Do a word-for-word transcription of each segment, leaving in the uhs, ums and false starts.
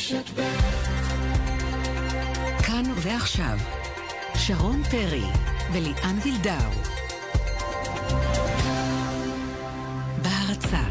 כאן ועכשיו שרון פרי וליאן וילדאו בהרצאה.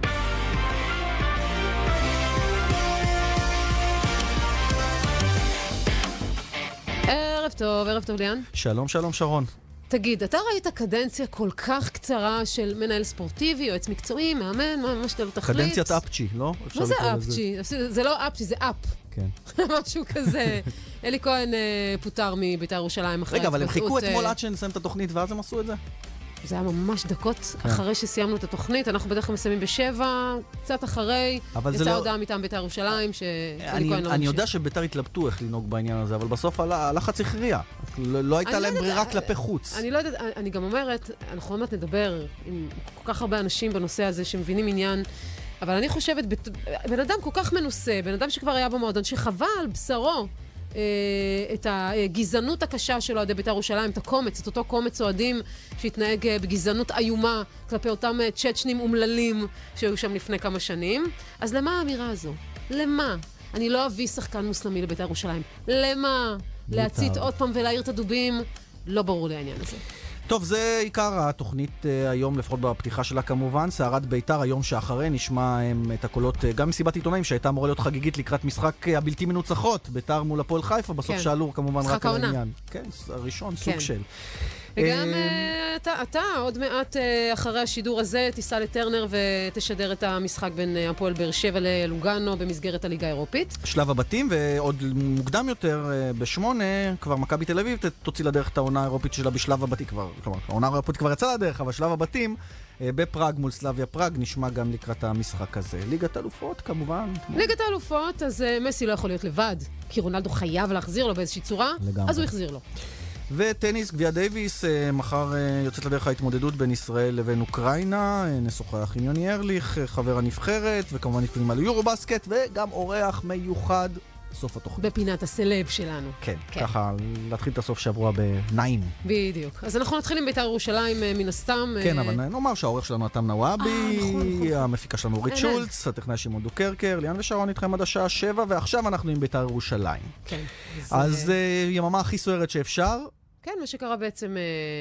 ערב טוב, ערב טוב ליאן. שלום, שלום שרון. תגיד, אתה ראית קדנציה כל כך קצרה של מנהל ספורטיבי, יועץ מקצועי, מאמן, מה, מה שאתה לא תחליט? קדנציית אפצ'י, לא? מה זה אפצ'י? זה לא אפצ'י, זה אפ. כן. משהו כזה. אלי כהן פוטר מבית"ר ירושלים אחרי... רגע, אבל הם חיכו אתמול עד שנסיים את התוכנית, ואז הם עשו את זה? זה היה ממש דקות אחרי שסיימנו את התוכנית. אנחנו בדרך כלל מסיימים בשבע, קצת אחרי. יצאה הודעה מטעם בית"ר ירושלים שאלי כהן לא ממשיך. אני יודע שבית"ר התלבטו איך לנהוג בעניין הזה, אבל בסוף הלחץ הכריע. לא הייתה להם ברירה כלפי חוץ. אני לא יודעת, אני גם אומרת, אנחנו עוד נדבר עם כל כך הרבה אנשים בנושא הזה שמבינים עניין, אבל אני חושבת, בן אדם כל כך מנוסה, בן אדם שכבר היה במועדון, שחווה על בשרו את הגזענות הקשה של אוהדי בית"ר ירושלים, את הקומץ, את אותו קומץ אוהדים שהתנהג בגזענות איומה כלפי אותם צ'צ'נים אומללים שהיו שם לפני כמה שנים. אז למה האמירה הזו? למה? אני לא אביא שחקן מוסלמי לבית"ר ירושלים. למה? להצית עוד פעם ולהעיר את הדובים? לא ברור לי העניין הזה. טוב, זה עיקר התוכנית uh, היום, לפחות בפתיחה שלה כמובן. סערת בית"ר, היום שאחרי נשמע um, את הקולות, uh, גם מסיבת עיתונאים שהייתה אמורה להיות חגיגית לקראת משחק uh, הבלתי מנוצחות, בית"ר מול הפועל חיפה, בסוף כן. שאלו כמובן רק על העניין. כן, הראשון, כן. סוג של. וגם uh, אתה, אתה עוד מעט uh, אחרי השידור הזה תיסע לטרנר ותשדר את המשחק בין uh, הפועל באר שבע ללוגאנו במסגרת הליגה האירופית. שלב הבתים, ועוד מוקדם יותר uh, בשמונה, כבר מכבי תל אביב תוציא לדרך את העונה האירופית שלה בשלב הבתים כבר. כלומר, העונה האירופית כבר יצאה לדרך, אבל שלב הבתים uh, בפראג מול סלאביה פראג נשמע גם לקראת המשחק הזה. ליגת האלופות כמובן. ליגת האלופות, אז uh, מסי לא יכול להיות לבד, כי רונלדו חייב להחזיר לו באיזושהי צורה, לגמרי. אז הוא יחזיר לו. וטניס, גביע דייביס, מחר יוצאת לדרך ההתמודדות בין ישראל לבין אוקראינה, נשוחח עם יוני ארליך, חבר הנבחרת, וכמובן נתקונים על יורובסקט, וגם אורח מיוחד סוף התוכנית. בפינת הסלב שלנו. כן, כן. ככה להתחיל את הסוף שבוע בנעים. בדיוק. אז אנחנו נתחיל עם בית"ר ירושלים מן הסתם. כן, אבל נאמר שהעורך שלנו אתם נוואבי, המפיקה שלנו אורית שולץ, הטכנאי שמעון דוקרקר, ליאן ושרון איתכם עד השעה שבע, ועכשיו אנחנו עם בית"ר ירושלים. כן. אז יממה הכי סוערת שאפשר. כן, מה שקרה בעצם אה,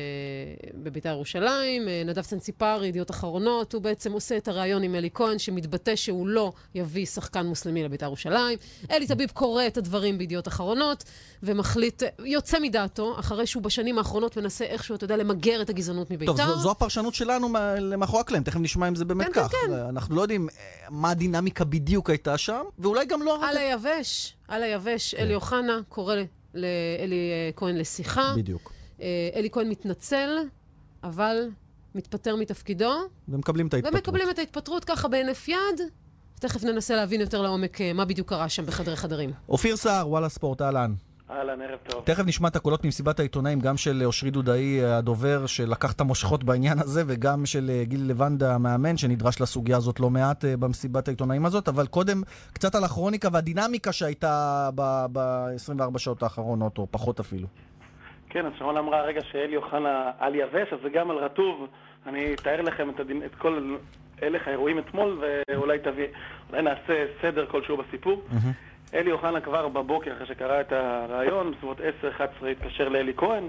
בבית"ר ירושלים, אה, נדב צנציפר, ידיעות אחרונות, הוא בעצם עושה את הרעיון עם אלי כהן, שמתבטא שהוא לא יביא שחקן מוסלמי לבית"ר ירושלים. אלי טביב קורא את הדברים בידיעות אחרונות, ומחליט, יוצא מדעתו, אחרי שהוא בשנים האחרונות מנסה איכשהו, אתה יודע, למגר את הגזענות מבית"ר. טוב, זו, זו הפרשנות שלנו למאחורי הקלעים, תכף נשמע אם זה באמת כן, כך. כן, כן. אנחנו לא יודעים מה הדינמיקה בדיוק הייתה שם, ואולי גם לא... על היבש, על היבש, אלי אוחנה קורא לאלי כהן לשיחה. בדיוק. אלי כהן מתנצל, אבל מתפטר מתפקידו. ומקבלים את ההתפטרות. ומקבלים את ההתפטרות ככה בהינף יד. תכף ננסה להבין יותר לעומק מה בדיוק קרה שם בחדרי חדרים. אופיר סער, וואלה ספורט, אהלן. אהלן, ערב טוב. תכף נשמע את הקולות ממסיבת העיתונאים, גם של אושרי דודאי, הדובר, שלקח את המושכות בעניין הזה, וגם של גיל לבנד, המאמן, שנדרש לסוגיה הזאת לא מעט במסיבת העיתונאים הזאת, אבל קודם קצת על הכרוניקה והדינמיקה שהייתה ב-עשרים וארבע שעות האחרונות, או פחות אפילו. כן, אז שרון אמרה הרגע שאלי אוחנה על יבש, אז זה גם על רטוב. אני אתאר לכם את, הדין, את כל הלך האירועים אתמול, ואולי תביא, אולי נעשה סדר כלשהו בסיפור. Mm-hmm. אלי אוחנה כבר בבוקר, אחרי שקרא את הרעיון, בסביבות עשר אחת עשרה התקשר לאלי כהן,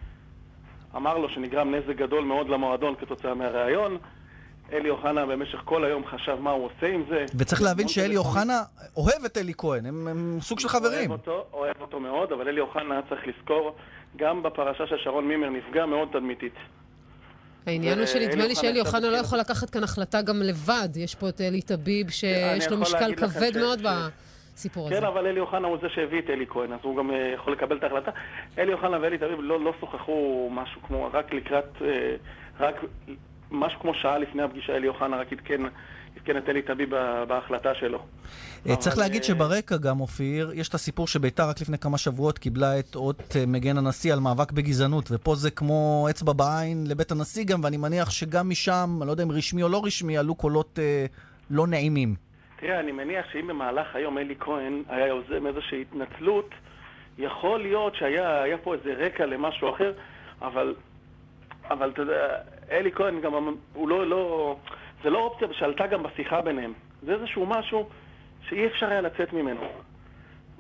אמר לו שנגרם נזק גדול מאוד למועדון כתוצאה מהרעיון. אלי אוחנה במשך כל היום חשב מה הוא עושה עם זה. וצריך להבין שאלי אוחנה אוהב את אלי כהן, הם, הם סוג של חברים. אוהב אותו, אוהב אותו מאוד, אבל אלי אוחנה צריך לזכור, גם בפרשה של שרון מימר נפגע מאוד תדמיתית. העניין הוא שנדמה לי שאלי אוחנה לא יכול לקחת כאן החלטה גם לבד. יש פה את אלי טביב שיש לו משקל כבד מאוד בסיפור הזה. כן, אבל אלי אוחנה הוא זה שהביא את אלי כהן, אז הוא גם יכול לקבל את ההחלטה. אלי אוחנה ואלי טביב לא שוחחו משהו כמו, רק לקראת, רק משהו כמו שעה לפני הפגישה, אלי אוחנה רק עדכן את אלי טביב בהחלטה שלו. צריך להגיד שברקע גם, אופיר, יש את הסיפור שבית"ר רק לפני כמה שבועות קיבלה את אות מגן הנשיא על מאבק בגזענות, ופה זה כמו אצבע בעין לבית הנשיא גם, ואני מניח שגם משם, אני לא יודע אם רשמי או לא רשמי, עלו קולות אה, לא נעימים. תראה, אני מניח שאם במהלך היום אלי כהן היה יוזם איזושהי התנצלות, יכול להיות שהיה היה פה איזה רקע למשהו אחר, אבל, אבל אתה יודע, אלי כהן גם, הוא לא, לא, זה לא אופציה שעלתה גם בשיחה ביניהם. זה איזשהו משהו שאי אפשר היה לצאת ממנו.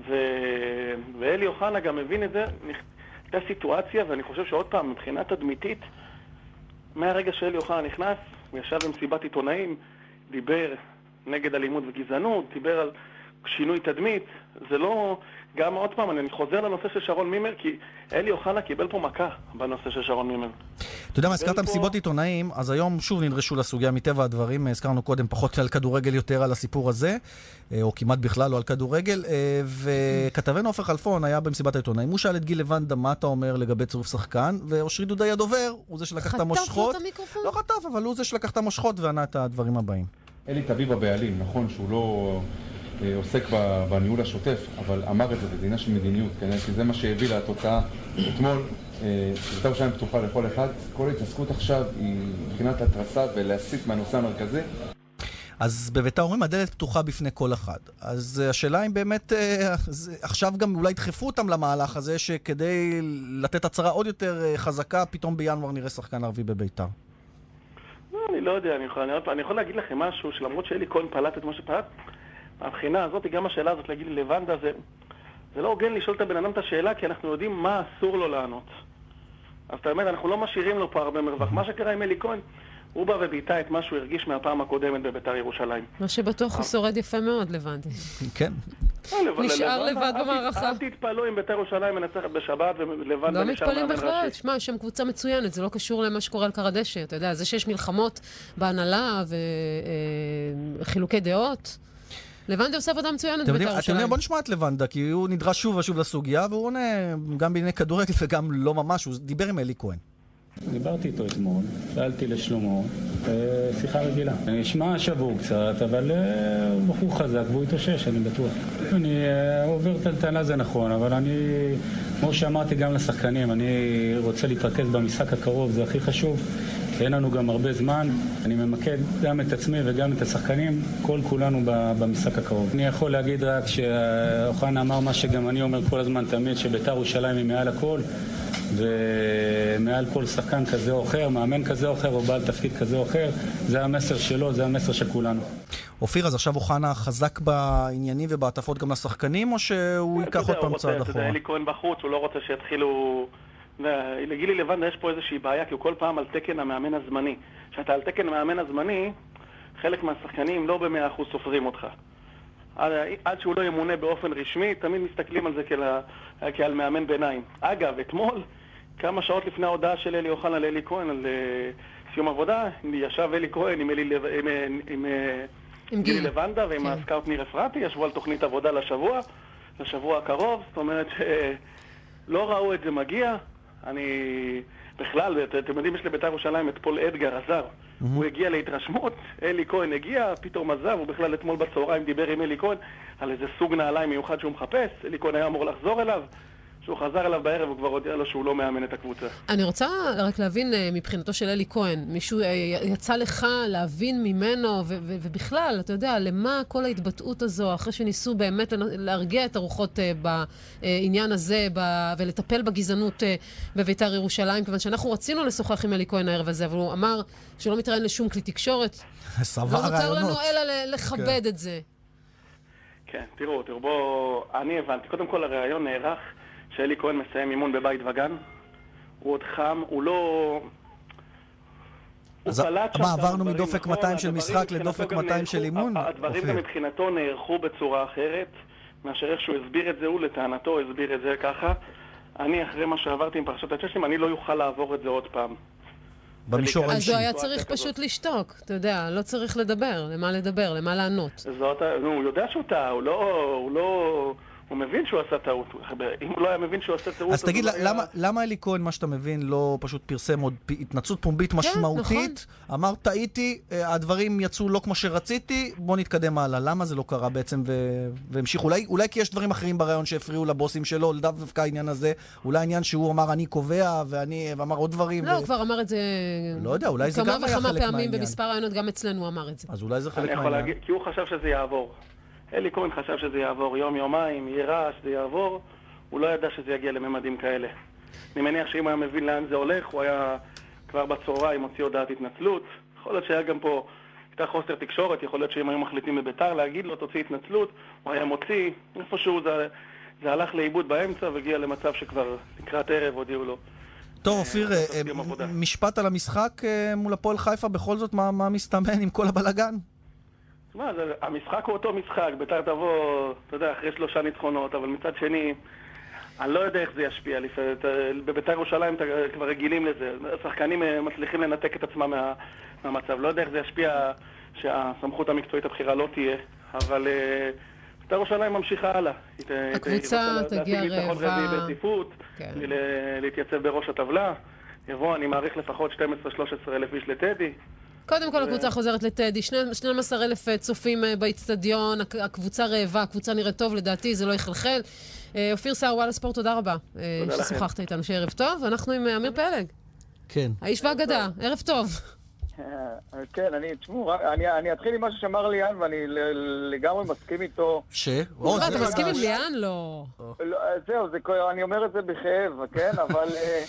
ו... ואלי אוחנה גם מבין את זה, הייתה סיטואציה, ואני חושב שעוד פעם, מבחינה תדמיתית, מהרגע שאלי אוחנה נכנס, הוא ישב במסיבת עיתונאים, דיבר נגד אלימות וגזענות, דיבר על שינוי תדמית, זה לא... גם עוד פעם, אני חוזר לנושא של שרון מימר, כי אלי אוחנה קיבל פה מכה בנושא של שרון מימר. אתה יודע מה, הזכרת מסיבות עיתונאים, אז היום שוב נדרשו לסוגיה מטבע הדברים, הזכרנו קודם פחות על כדורגל יותר על הסיפור הזה, או כמעט בכלל לא על כדורגל, וכתבנו עופר חלפון היה במסיבת העיתונאים, הוא שאל את גיל לבנדה מה אתה אומר לגבי צירוף שחקן, ואושרי דודאי הדובר, הוא זה שלקח את המושכות. חטף לו את המיקרופון? לא חטף, אבל הוא זה שלקח את המושכות וענה את הדברים הבאים. אלי תביב הבעלים, נכון שהוא לא עוסק בניהול השוטף, אבל אמר את זה, זה עניין של מדיניות, כי זה מה שהביא לתוצאה אתמול. בית"ר ירושלים פתוחה לכל אחד, כל ההתעסקות עכשיו היא מבחינת התרסה ולהסיט מהנושא המרכזי. אז בבית"ר אומרים, הדלת פתוחה בפני כל אחד. אז השאלה אם באמת, עכשיו גם אולי דחפו אותם למהלך הזה, שכדי לתת הצהרה עוד יותר חזקה, פתאום בינואר נראה שחקן ערבי בבית"ר. לא, אני לא יודע, אני יכול, אני יכול להגיד לכם משהו, שלמרות שאלי כהן פלט את מה שפלט, הבחינה הזאת, גם השאלה הזאת להגיד לי לבנדה, זה, זה לא הוגן לשאול את הבן אדם את השאלה, כי אנחנו יודעים מה אסור לו לענות. אז אתה אומר, אנחנו לא משאירים לו פה הרבה מרווח. מה שקרה עם אלי כהן, הוא בא וביטא את מה שהוא הרגיש מהפעם הקודמת בבית"ר ירושלים. מה שבטוח הוא שורד יפה מאוד, לבנתי. כן. נשאר לבד במערכה. אל תתפלו אם בית"ר ירושלים מנצחת בשבת ולבנדה לא נשאר מתפלים מאמן בכלל, ראשי. שמע, יש שם קבוצה מצוינת, זה לא קשור למה שקורה על קרדשא, אתה יודע, זה שיש מלחמות בהנהלה וחילוקי דעות. לבנדה עושה עבודה מצוינת בבית"ר ירושלים. בוא נשמע את לבנדה, כי הוא נדרש שוב ושוב לסוגיה, והוא עונה גם בענייני כדורגל וגם לא ממש, הוא דיבר עם אלי כהן. דיברתי איתו אתמול, שאלתי לשלומו, שיחה רגילה. אני אשמע שבור קצת, אבל הוא בחור חזק והוא התאושש, אני בטוח. אני עובר טלטלה, זה נכון, אבל אני, כמו שאמרתי גם לשחקנים, אני רוצה להתרכז במשחק הקרוב, זה הכי חשוב. אין לנו גם הרבה זמן, אני ממקד גם את עצמי וגם את השחקנים, כל כולנו במשחק הקרוב. אני יכול להגיד רק שאוחנה אמר מה שגם אני אומר כל הזמן תמיד, שבית"ר ירושלים היא מעל הכל, ומעל כל שחקן כזה או אחר, מאמן כזה או אחר או בעל תפקיד כזה או אחר, זה המסר שלו, זה המסר של כולנו. אופיר, אז עכשיו אוחנה חזק בעניינים ובעטפות גם לשחקנים, או שהוא ייקח עוד פעם צעד אחורה? אלי כהן בחוץ, הוא לא רוצה שיתחילו... לגילי לבנדה יש פה איזושהי בעיה, כי הוא כל פעם על תקן המאמן הזמני. כשאתה על תקן המאמן הזמני, חלק מהשחקנים לא במאה אחוז סופרים אותך. עד, עד שהוא לא ימונה באופן רשמי, תמיד מסתכלים על זה כעל, כעל מאמן ביניים. אגב, אתמול, כמה שעות לפני ההודעה של אלי אוחנה לאלי כהן על uh, סיום עבודה, ישב אלי כהן עם, אלי, עם, עם, עם, עם גילי לבנדה ועם כן. הסקאוט ניר אפרתי, ישבו על תוכנית עבודה לשבוע, לשבוע הקרוב, זאת אומרת שלא ראו את זה מגיע. אני בכלל, אתם יודעים, יש לבית"ר ירושלים את פול אדגר עזר. Mm-hmm. הוא הגיע להתרשמות, אלי כהן הגיע, פתאום עזב, הוא בכלל אתמול בצהריים דיבר עם אלי כהן על איזה סוג נעליים מיוחד שהוא מחפש. אלי כהן היה אמור לחזור אליו, שהוא חזר אליו בערב, הוא כבר הודיע לו שהוא לא מאמן את הקבוצה. אני רוצה רק להבין מבחינתו של אלי כהן, מישהו יצא לך להבין ממנו, ו- ו- ובכלל, אתה יודע, למה כל ההתבטאות הזו, אחרי שניסו באמת להרגיע את הרוחות בעניין הזה, ב- ולטפל בגזענות בבית"ר ירושלים, כיוון שאנחנו רצינו לשוחח עם אלי כהן הערב הזה, אבל הוא אמר שלא מתראיין לשום כלי תקשורת. סבבה רעיונות. לא נותר לנו אלא לכבד את זה. כן, תראו, תראו, בוא, אני הבנתי. קודם כל הרעיון נערך שאלי כהן מסיים אימון בבית וגן, הוא עוד חם, הוא לא... אז מה, עברנו מדופק מאתיים של משחק לדופק מאתיים של אימון? הדברים גם מבחינתו נערכו בצורה אחרת, מאשר איך שהוא הסביר את זה, הוא לטענתו הסביר את זה ככה. אני, אחרי מה שעברתי עם פרשת הצ'סים, אני לא יוכל לעבור את זה עוד פעם. במישור האישי. אז הוא היה צריך פשוט לשתוק, אתה יודע, לא צריך לדבר, למה לדבר, למה לענות. הוא יודע שהוא טעה, הוא לא... הוא מבין שהוא עשה טעות. אם הוא לא היה מבין שהוא עשה טעות... אז תגיד, למה אלי כהן, מה שאתה מבין, לא פשוט פרסם עוד התנצלות פומבית משמעותית? אמר, טעיתי, הדברים יצאו לא כמו שרציתי, בוא נתקדם הלאה. למה זה לא קרה בעצם והמשיך? אולי כי יש דברים אחרים ברעיון שהפריעו לבוסים שלו, דווקא העניין הזה, אולי העניין שהוא אמר, אני קובע, ואמר עוד דברים. לא, הוא כבר אמר את זה... לא יודע, אולי זה גם היה חלק מהעניין. כמה וכמה פעמים במספר רעיונות, גם אצלנו אמר את זה. אז אולי זה חלק מהעניין. כי הוא חשב שזה יעבור. אלי כהן חשב שזה יעבור יום, יומיים, יהיה רעש, זה יעבור. הוא לא ידע שזה יגיע לממדים כאלה. אני מניח שאם הוא היה מבין לאן זה הולך, הוא היה כבר בצהריים מוציא הודעת התנצלות. יכול להיות שהיה גם פה את הייתה חוסר תקשורת, יכול להיות שהם היו מחליטים בביתר להגיד לו, תוציא התנצלות, הוא היה מוציא, איפשהו זה, זה הלך לאיבוד באמצע והגיע למצב שכבר לקראת ערב הודיעו לו. טוב, אופיר, משפט על המשחק מול הפועל חיפה, בכל זאת, מה מסתמן עם כל הבלגן? מה, המשחק הוא אותו משחק, ביתר תבוא, אתה יודע, אחרי שלושה ניצחונות, אבל מצד שני, אני לא יודע איך זה ישפיע. בביתר ירושלים כבר רגילים לזה, השחקנים מצליחים לנתק את עצמם מהמצב, לא יודע איך זה ישפיע שהסמכות המקצועית הבחירה לא תהיה, אבל ביתר ירושלים ממשיכה הלאה. הקבוצה תגיע רעבה. ברציפות, להתייצב בראש הטבלה, יבוא, אני מעריך לפחות שתים עשרה שלוש עשרה אלף איש לטדי. קודם כל הקבוצה חוזרת לטדי, שנים עשר אלף צופים באצטדיון, הקבוצה רעבה, הקבוצה נראית טוב, לדעתי זה לא יחלחל. אופיר סער, וואלה ספורט, תודה רבה ששוחחת איתנו, שערב טוב, ואנחנו עם אמיר פלג. כן. האיש והאגדה, ערב טוב. כן, אני, תשמעו, אני אתחיל עם מה ששמר ליאן, ואני לגמרי מסכים איתו. ש? אתה מסכים עם ליאן? לא. זהו, אני אומר את זה בכאב, כן, אבל...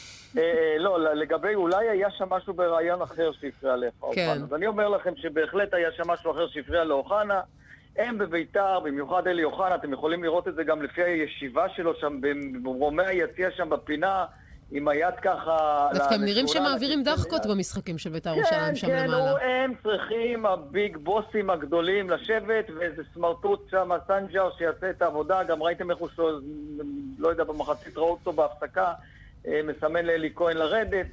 לא, לגבי, אולי היה שם משהו ברעיון אחר שהפריע לך. כן. אז אני אומר לכם שבהחלט היה שם משהו אחר שהפריע לאוחנה. הם בביתר, במיוחד אלי אוחנה, אתם יכולים לראות את זה גם לפי הישיבה שלו שם, במרומי היציע שם בפינה, עם היד ככה... דווקא הם נראים שמעבירים דחקות במשחקים של ביתר ירושלים שם למעלה. כן, הם צריכים, הביג בוסים הגדולים, לשבת, ואיזה סמרטוט שם, סנג'ר, שיעשה את העבודה. גם ראיתם איך הוא, לא יודע, במחצית ראו אותו בהפסקה, מסמן לאלי כהן לרדת.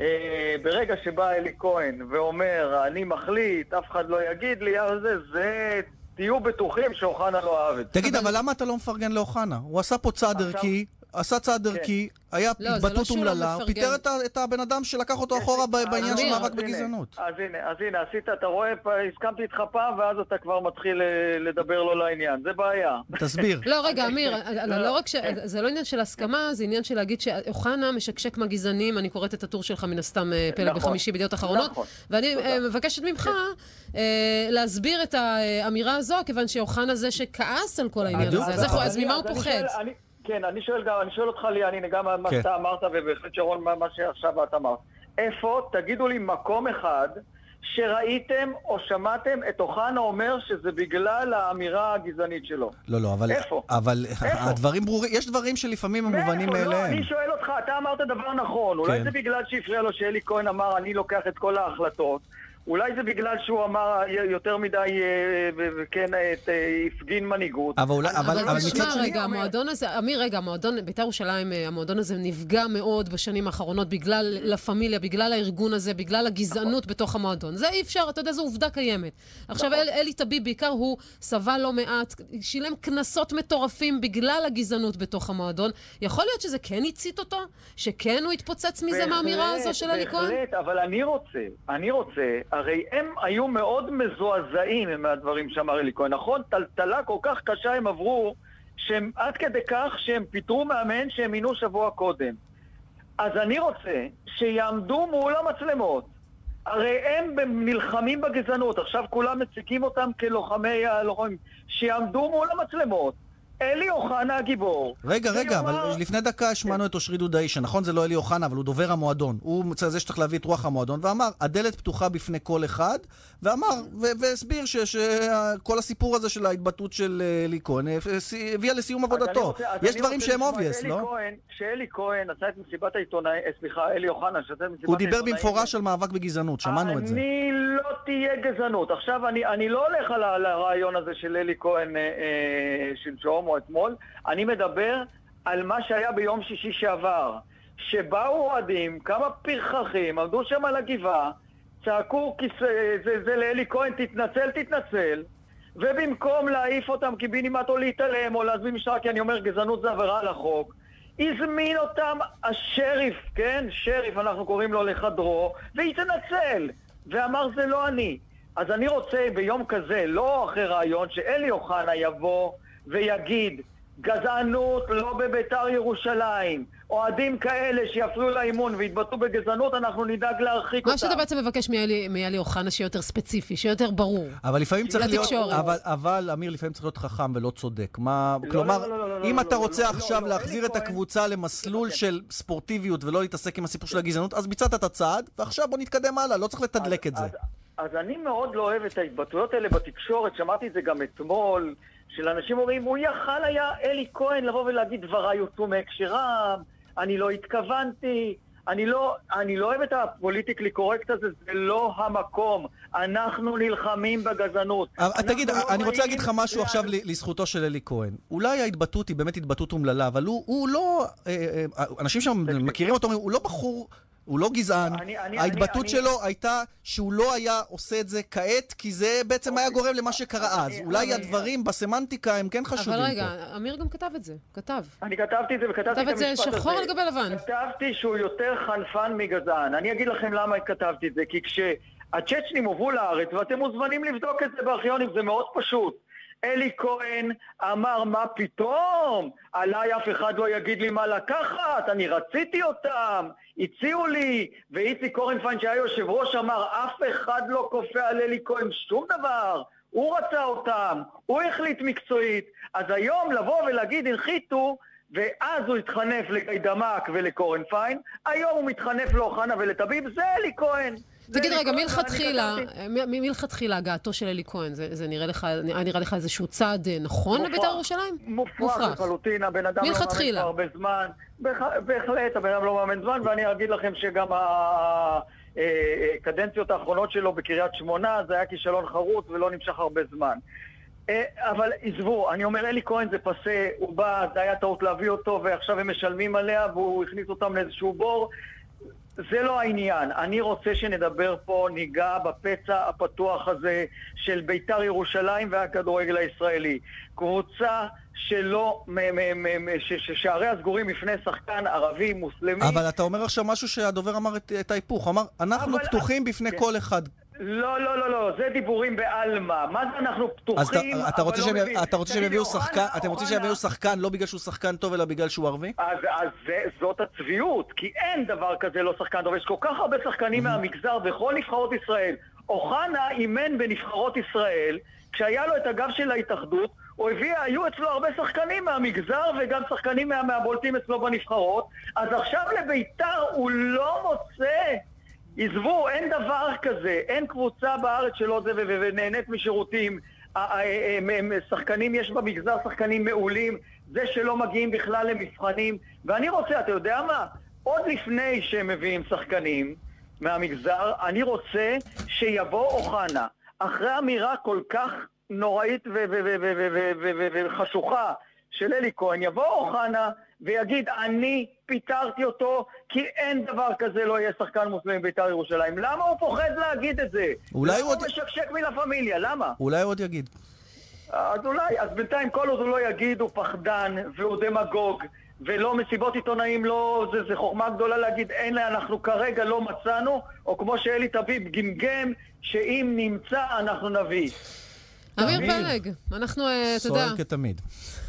ברגע שבא אלי כהן ואומר, אני מחליט, אף אחד לא יגיד לי, זה, זה, תהיו בטוחים שאוחנה לא אוהב את זה. תגיד, אבל למה אתה לא מפרגן לאוחנה? הוא עשה פה צעד ערכי, עשה צעד ערכי, היה התבטאות אומללה, הוא פיטר את הבן אדם שלקח אותו אחורה בעניין של מאבק בגזענות. אז הנה, אז הנה, עשית, אתה רואה, הסכמתי איתך פעם, ואז אתה כבר מתחיל לדבר לו לעניין. זה בעיה. תסביר. לא, רגע, אמיר, לא רק ש... זה לא עניין של הסכמה, זה עניין של להגיד שאוחנה משקשק מהגזענים, אני קוראת את הטור שלך מן הסתם פלג בחמישי בידיעות אחרונות, ואני מבקשת ממך להסביר את האמירה הזו, כיוון שאוחנה זה שכעס על כל העניין הזה. אז ממה הוא פוחד? כן, אני שואל גם, אני שואל אותך לי, אני גם מה שאתה אמרת, ובהחלט שרון, מה שעכשיו את אמרת. איפה, תגידו לי מקום אחד, שראיתם או שמעתם את אוחנה אומר שזה בגלל האמירה הגזענית שלו. לא, לא, אבל... איפה? אבל הדברים ברורים, יש דברים שלפעמים הם מובנים מאליהם. לא, אני שואל אותך, אתה אמרת דבר נכון, אולי זה בגלל שהפריע לו שאלי כהן אמר, אני לוקח את כל ההחלטות. אולי זה בגלל שהוא אמר יותר מדי, כן, הפגין מנהיגות. אבל תשמע רגע, המועדון הזה, אמיר רגע, המועדון, בית"ר ירושלים, המועדון הזה נפגע מאוד בשנים האחרונות בגלל לה פמיליה, בגלל הארגון הזה, בגלל הגזענות בתוך המועדון. זה אי אפשר, אתה יודע, זו עובדה קיימת. עכשיו, אלי טביב בעיקר הוא סבל לא מעט, שילם כנסות מטורפים בגלל הגזענות בתוך המועדון. יכול להיות שזה כן הצית אותו? שכן הוא התפוצץ מזה מהאמירה הזו של אלי כהן? בהחלט, אבל אני רוצה, אני רוצה, הרי הם היו מאוד מזועזעים מהדברים שאמר אלי כהן, נכון? טלטלה כל כך קשה הם עברו, שהם עד כדי כך שהם פיטרו מאמן שהם מינו שבוע קודם. אז אני רוצה שיעמדו מול המצלמות. הרי הם נלחמים בגזענות, עכשיו כולם מציגים אותם כלוחמי הלוחמים, שיעמדו מול המצלמות. אלי אוחנה הגיבור. רגע, רגע, אבל לפני דקה השמענו את אושרי דודאי, שנכון זה לא אלי אוחנה, אבל הוא דובר המועדון. הוא מצא זה שצריך להביא את רוח המועדון, ואמר, הדלת פתוחה בפני כל אחד, ואמר, והסביר שכל הסיפור הזה של ההתבטאות של אלי כהן הביאה לסיום עבודתו. יש דברים שהם obvious, לא? שאלי כהן עשה את מסיבת העיתונאי, סליחה, אלי אוחנה שעשה את מסיבת הוא דיבר במפורש על מאבק בגזענות, שמענו את זה. אני לא תהיה גזענות. עכשיו, אני לא הולך על הרעיון הזה של אלי כהן שלשום או אתמול, אני מדבר על מה שהיה ביום שישי שעבר, שבאו אוהדים, כמה פרחחים, עמדו שם על הגבעה, צעקו, זה, זה לאלי כהן, תתנצל, תתנצל, ובמקום להעיף אותם קיבינימט או להתעלם או להזמין משטרה, כי אני אומר גזענות זה עבירה על החוק, הזמין אותם השריף, כן? שריף, אנחנו קוראים לו לחדרו, והתנצל, ואמר זה לא אני. אז אני רוצה ביום כזה, לא אחרי רעיון, שאלי אוחנה יבוא ויגיד, גזענות לא בביתר ירושלים, אוהדים כאלה שיפריעו לאימון והתבטאו בגזענות, אנחנו נדאג להרחיק אותם. מה שאתה בעצם מבקש מאלי אוחנה שיהיה יותר ספציפי, שיהיה יותר ברור. אבל לפעמים צריך להיות, אבל, אבל אמיר, לפעמים צריך להיות חכם ולא צודק. מה, כלומר, אם אתה רוצה עכשיו להחזיר את הקבוצה למסלול של ספורטיביות ולא להתעסק עם הסיפור של הגזענות, אז ביצעת את הצעד, ועכשיו בוא נתקדם הלאה, לא צריך לתדלק את זה. אז אני מאוד לא אוהב את ההתבטאויות האלה בתקשורת, שמעתי את זה גם אתמול, של אנשים אומרים, הוא יכל היה אלי כהן לבוא ולהגיד דבריי יוצאו מהקשרם, אני לא התכוונתי, אני לא, אני לא אוהב את הפוליטיקלי קורקט הזה, זה לא המקום. אנחנו נלחמים בגזענות. תגיד, אני רוצה להגיד לך משהו עכשיו לזכותו של אלי כהן. אולי ההתבטאות היא באמת התבטאות אומללה, אבל הוא לא, אנשים שמכירים אותו, הוא לא בחור, הוא לא גזען. ההתבטאות שלו הייתה שהוא לא היה עושה את זה כעת, כי זה בעצם היה גורם למה שקרה אז. אולי הדברים בסמנטיקה הם כן חשובים פה. אבל רגע, אמיר גם כתב את זה, כתב. אני כתבתי את זה וכתבתי את המשפט הזה. כתב את זה שחור על גבי לבן. כתבתי שהוא יותר חנפן מגזען. אני אגיד לכם למה כתבתי את זה, כי כשהצ'צ'נים הובאו לארץ, ואתם מוזמנים לבדוק את זה בארכיונים, זה מאוד פשוט. אלי כהן אמר, מה פתאום? עליי אף אחד לא יגיד לי מה לקחת, אני רציתי אותם, הציעו לי, ואיציק קורנפיין שהיה יושב ראש אמר, אף אחד לא כופה על אלי כהן שום דבר, הוא רצה אותם, הוא החליט מקצועית, אז היום לבוא ולהגיד הנחיתו, ואז הוא התחנף לגיידמק ולקורנפיין, היום הוא מתחנף לאוחנה ולטביב, זה אלי כהן. תגיד רגע, מלכתחילה, מלכתחילה הגעתו של אלי כהן, זה נראה לך, נראה לך איזשהו צעד נכון לבית"ר ירושלים? מופרך לחלוטין, הבן אדם לא מאמן כבר הרבה זמן, בהחלט, הבן אדם לא מאמן זמן, ואני אגיד לכם שגם הקדנציות האחרונות שלו בקריית שמונה, זה היה כישלון חרוץ ולא נמשך הרבה זמן. אבל עזבו, אני אומר, אלי כהן זה פסה, הוא בא, זה היה טעות להביא אותו, ועכשיו הם משלמים עליה, והוא הכניס אותם לאיזשהו בור. זה לא העניין. אני רוצה שנדבר פה, ניגע בפצע הפתוח הזה של בית"ר ירושלים והכדורגל הישראלי. קבוצה שלא, ששעריה סגורים לפני שחקן ערבי, מוסלמי. אבל אתה אומר עכשיו משהו שהדובר אמר את ההיפוך. אמר, אנחנו פתוחים בפני כל אחד. לא, לא, לא, לא, זה דיבורים בעלמה. מה זה אנחנו פתוחים? אז אתה רוצה שהם, אתה רוצה שיביאו שחקן, אתם רוצים שיביאו שחקן לא בגלל שהוא שחקן טוב אלא בגלל שהוא ערבי? אז, אז זה, זאת הצביעות, כי אין דבר כזה לא שחקן טוב. יש כל כך הרבה שחקנים מהמגזר בכל נבחרות ישראל. אוחנה אימן בנבחרות ישראל, כשהיה לו את הגב של ההתאחדות, הוא הביא, היו אצלו הרבה שחקנים מהמגזר וגם שחקנים מה, מהבולטים אצלו בנבחרות. אז עכשיו לבית"ר הוא לא מוצא. עזבו, אין דבר כזה, אין קבוצה בארץ שלא זה ונהנית משירותים. שחקנים יש במגזר, שחקנים מעולים, זה שלא מגיעים בכלל למבחנים. ואני רוצה, אתה יודע מה? עוד לפני שהם מביאים שחקנים מהמגזר, אני רוצה שיבוא אוחנה, אחרי אמירה כל כך נוראית וחשוכה של אלי כהן, יבוא אוחנה ויגיד, אני פיטרתי אותו, כי אין דבר כזה לא יהיה שחקן מוסלמי בית"ר ירושלים. למה הוא פוחד להגיד את זה? אולי הוא עוד... משקשק מלה פמיליה, למה? אולי עוד יגיד. אז אולי, אז בינתיים כל עוד הוא לא יגיד, הוא פחדן והוא דמגוג, ולא מסיבות עיתונאים, לא, זה, זה חוכמה גדולה להגיד, אין לה, אנחנו כרגע לא מצאנו, או כמו שאלי תביב גמגם, שאם נמצא אנחנו נביא. אמיר פלג, אנחנו, תודה. סוער כתמיד.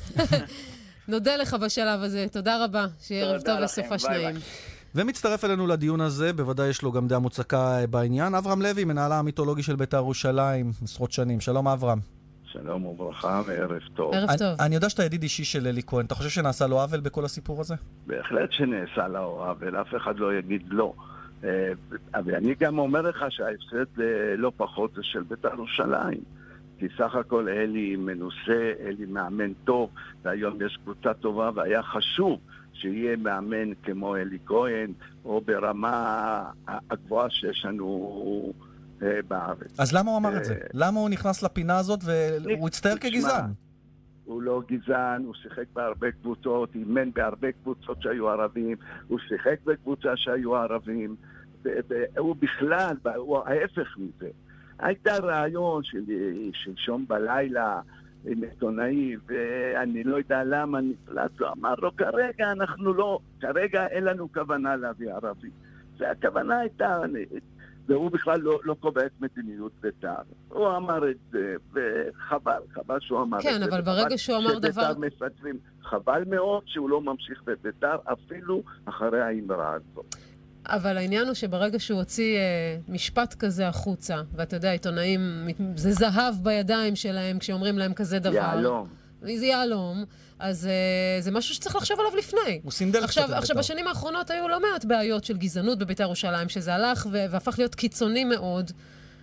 נודה לך בשלב הזה, תודה רבה, שיהיה ערב טוב וסופה שניים. ומצטרף אלינו לדיון הזה, בוודאי יש לו גם דעה מוצקה בעניין, אברהם לוי, מנהלה המיתולוגי של בית"ר ירושלים, עשרות שנים. שלום אברהם. שלום וברכה וערב טוב. ערב טוב. אני יודע שאתה ידיד אישי של אלי כהן, אתה חושב שנעשה לו עוול בכל הסיפור הזה? בהחלט שנעשה לו עוול, אף אחד לא יגיד לא. אבל אני גם אומר לך שההפסד לא פחות זה של בית"ר ירושלים. כי סך הכל אלי מנוסה, אלי מאמן טוב, והיום יש קבוצה טובה, והיה חשוב שיהיה מאמן כמו אלי כהן, או ברמה הגבוהה שיש לנו בארץ. אז למה הוא אמר את זה? למה הוא נכנס לפינה הזאת והוא הצטער כגזען? הוא לא גזען, הוא שיחק בהרבה קבוצות, אימן בהרבה קבוצות שהיו ערבים, הוא שיחק בקבוצה שהיו ערבים, והוא בכלל, הוא ההפך מזה. הייתה רעיון של שלשום בלילה עם עיתונאי, ואני לא יודע למה נפלט לו, אמר לו, כרגע אנחנו לא, כרגע אין לנו כוונה להביא ערבי. והכוונה הייתה, והוא בכלל לא, לא קובע את מדיניות בית"ר. הוא אמר את זה, וחבל, חבל שהוא אמר כן, את זה. כן, אבל ברגע שהוא אמר דבר... מפתרים. חבל מאוד שהוא לא ממשיך בבית"ר, אפילו אחרי האמרה הזאת. אבל העניין הוא שברגע שהוא הוציא אה, משפט כזה החוצה, ואתה יודע, עיתונאים, זה זהב בידיים שלהם כשאומרים להם כזה דבר. יעלום. זה יעלום. אז אה, זה משהו שצריך לחשוב עליו לפני. הוא סינדל עכשיו, קצת עכשיו בשנים האחרונות היו לא מעט בעיות של גזענות בבית"ר ירושלים, שזה הלך והפך להיות קיצוני מאוד.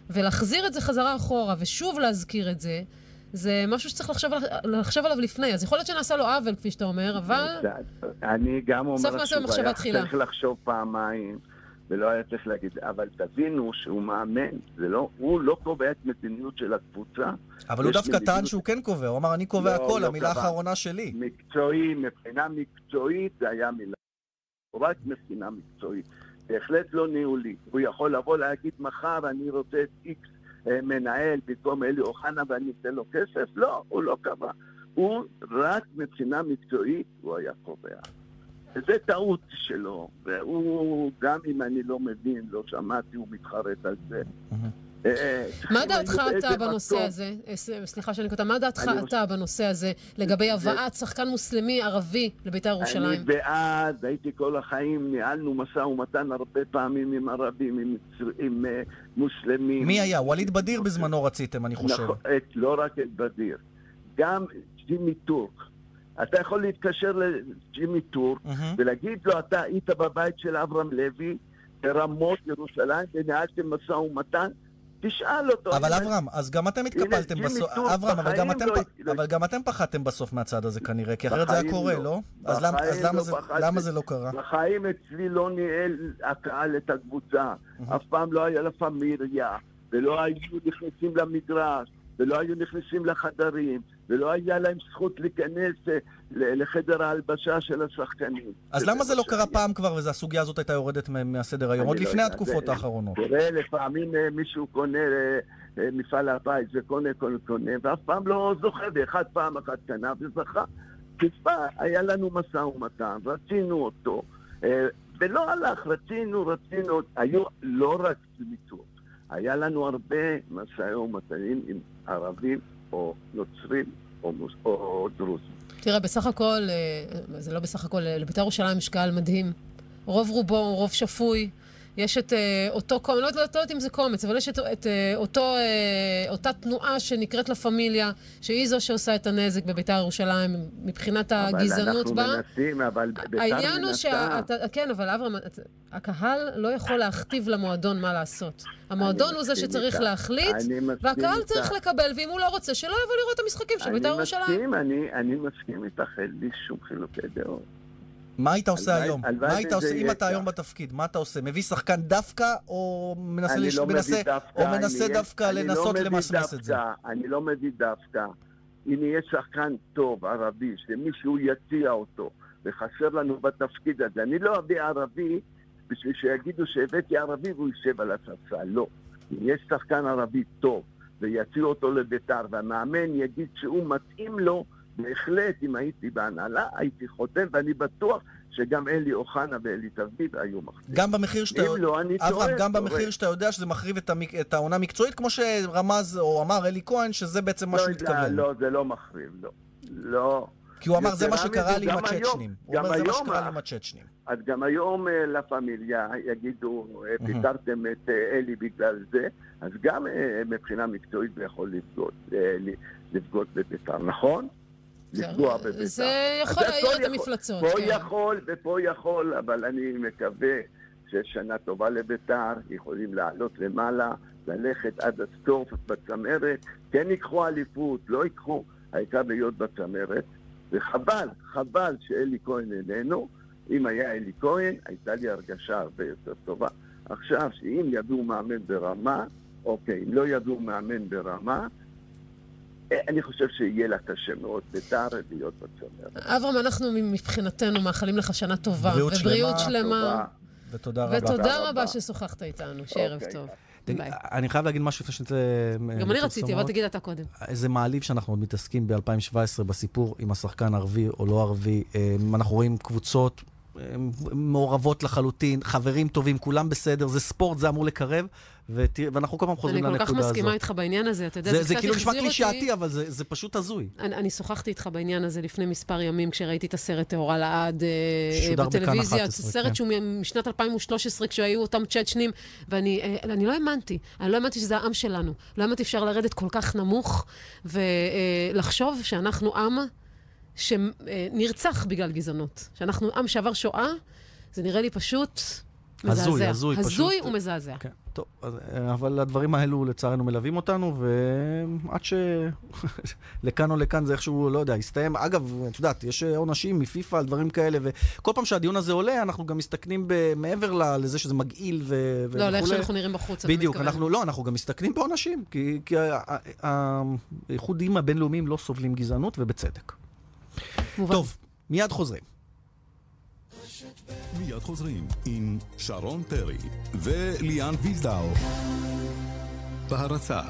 ולהחזיר את זה חזרה אחורה, ושוב להזכיר את זה, זה משהו שצריך לחשוב, לחשוב עליו לפני. אז יכול להיות שנעשה לו עוול, כפי שאתה אומר, אבל... אני גם אומר, סוף מעשה במחשבה תחילה. צריך לחשוב פעמיים, ולא היה צריך להגיד, אבל תבינו שהוא מאמן, זה לא, הוא לא קובע את מדיניות של הקבוצה. אבל הוא דווקא טען שהוא כן קובע, הוא אמר, אני קובע הכל, המילה האחרונה שלי. מקצועי, מבחינה מקצועית, זה היה מילה. רק מבחינה מקצועית. בהחלט לא ניהולי. הוא יכול לבוא להגיד מחר, אני רוצה את איקס מנהל במקום אלי אוחנה ואני אתן לו כסף. לא, הוא לא קבע. הוא רק מבחינה מקצועית, הוא היה קובע. וזה טעות שלו. והוא, גם אם אני לא מבין, לא שמעתי, הוא מתחרט על זה. מה דעתך אתה בנושא הזה? סליחה שאני קוטע, מה דעתך אתה בנושא הזה לגבי הבאת שחקן מוסלמי ערבי לבית"ר ירושלים? אני בעד, הייתי כל החיים, ניהלנו משא ומתן הרבה פעמים עם ערבים, עם מוסלמים. מי היה? וליד בדיר בזמנו רציתם, אני חושב. לא רק את בדיר, גם ג'ימי טורק. אתה יכול להתקשר לג'ימי טורק ולהגיד לו, אתה היית בבית של אברהם לוי ברמות ירושלים וניהלתם משא ומתן, תשאל אותו. אבל אברהם, אז גם אתם התקפלתם בסוף. אברהם, אבל גם אתם פחדתם בסוף מהצד הזה כנראה, כי אחרת זה היה קורה, לא? אז למה זה לא קרה? בחיים אצלי לא ניהל הקהל את הקבוצה. אף פעם לא היה לה פמיליה, ולא היו נכנסים למגרש, ולא היו נכנסים לחדרים, ולא היה להם זכות להיכנס לחדר ההלבשה של השחקנים. אז למה זה לא קרה פעם כבר, וזו הסוגיה הזאת הייתה יורדת מהסדר היום, עוד לפני התקופות האחרונות? תראה, לפעמים מישהו קונה מפעל הבית, זה קונה, קונה, קונה, ואף פעם לא זוכה, ואחד פעם אחת קנה וזכה. כספה, היה לנו משא ומתן, רצינו אותו, ולא הלך, רצינו, רצינו, היו לא רק מיטות, היה לנו הרבה משאי ומתנים עם ערבים או נוצרים או, או דרוזים. תראה, בסך הכל, זה לא בסך הכל, לבית"ר ירושלים יש קהל מדהים. רוב רובו, רוב שפוי. יש את אותו קומץ, לא יודעת אם זה קומץ, אבל יש את, את אותו, אותה תנועה שנקראת לה פמיליה, שהיא זו שעושה את הנזק בבית"ר ירושלים מבחינת הגזענות בה. אבל אנחנו מנסים, אבל בית"ר העניין הוא מנסה. כן, אבל אברהם, הקהל לא יכול להכתיב למועדון מה לעשות. המועדון הוא זה שצריך איתה. להחליט, והקהל איתה. צריך לקבל, ואם הוא לא רוצה, שלא יבוא לראות את המשחקים של בית"ר ירושלים. מסכים, אני, אני מסכים איתך, אין לי שום חילוקי דעות. מה היית עושה היום? מה היית עושה אם אתה היום בתפקיד? מה אתה עושה? מביא שחקן דווקא או מנסה דווקא לנסות למסמס את זה? אני לא מביא דווקא. אם יהיה שחקן טוב, ערבי, שמישהו יציע אותו וחסר לנו בתפקיד הזה, אני לא אביא ערבי בשביל שיגידו שהבאתי ערבי והוא יישב על הספסל. לא. אם יש שחקן ערבי טוב ויציע אותו לבית"ר והמאמן יגיד שהוא מתאים לו, בהחלט, אם הייתי בהנהלה, הייתי חותם, ואני בטוח שגם אלי אוחנה ואלי תביב היו מחזירים. גם במחיר שאתה יודע, אברהם, גם במחיר שאתה יודע שזה מחריב את העונה המקצועית, כמו שרמז או אמר אלי כהן, שזה בעצם מה שהוא התכוון. לא, זה לא מחריב, לא. לא. כי הוא אמר, זה מה שקרה לי עם הצ'צ'נים. הוא אומר, זה מה שקרה לי עם הצ'צ'נים. אז גם היום לפמיליה יגידו, פיתרתם את אלי בגלל זה, אז גם מבחינה מקצועית זה יכול לפגוט בבית"ר, נכון? לפגוע בבית"ר. זה יכול להיות המפלצות. פה יכול ופה יכול, אבל אני מקווה ששנה טובה לבית"ר, יכולים לעלות למעלה, ללכת עד הסטורף בצמרת, כן ייקחו אליפות, לא ייקחו, העיקר להיות בצמרת, וחבל, חבל שאלי כהן איננו, אם היה אלי כהן, הייתה לי הרגשה הרבה יותר טובה. עכשיו, שאם יביאו מאמן ברמה, אוקיי, אם לא יביאו מאמן ברמה, אני חושב שיהיה לה קשה מאוד בית"ר להיות בצמרת. אברהם, אנחנו מבחינתנו מאחלים לך שנה טובה, ובריאות שלמה. ותודה רבה. ותודה רבה ששוחחת איתנו, שערב טוב. אני חייב להגיד משהו לפני שזה... גם אני רציתי, אבל תגיד אתה קודם. זה מעליב שאנחנו עוד מתעסקים ב-אלפיים שבע עשרה בסיפור עם השחקן ערבי או לא ערבי. אנחנו רואים קבוצות מעורבות לחלוטין, חברים טובים, כולם בסדר, זה ספורט, זה אמור לקרב, ואנחנו כל פעם חוזרים לנקודה הזאת. אני כל כך מסכימה איתך בעניין הזה, אתה יודע, זה כאילו נשמע קלישאתי, אבל זה פשוט הזוי. אני שוחחתי איתך בעניין הזה לפני מספר ימים, כשראיתי את הסרט טהורה לעד בטלוויזיה, סרט שהוא משנת אלפיים ושלוש עשרה, כשהיו אותם צ'צ'נים, ואני לא האמנתי, אני לא האמנתי שזה העם שלנו, לא האמנתי אפשר לרדת כל כך נמוך, ולחשוב שאנחנו עם שנרצח בגלל גזענות. שאנחנו עם שעבר שואה, זה נראה לי פשוט מזעזע. הזוי, הזוי, פשוט. הזוי ומזעזע. טוב, אבל הדברים האלו לצערנו מלווים אותנו, ועד ש... לכאן או לכאן זה איכשהו, לא יודע, הסתיים. אגב, את יודעת, יש עונשים מפיפה על דברים כאלה, וכל פעם שהדיון הזה עולה, אנחנו גם מסתכנים מעבר לזה שזה מגעיל ו... לא, לאיך שאנחנו נראים בחוץ. בדיוק, אנחנו לא, אנחנו גם מסתכנים בעונשים, כי האיחודים הבינלאומיים לא סובלים גזענות, ובצדק. טוב, מיד חוזרים. מיד חוזרים עם שרון פרי וליאן וילדאו בהרצה.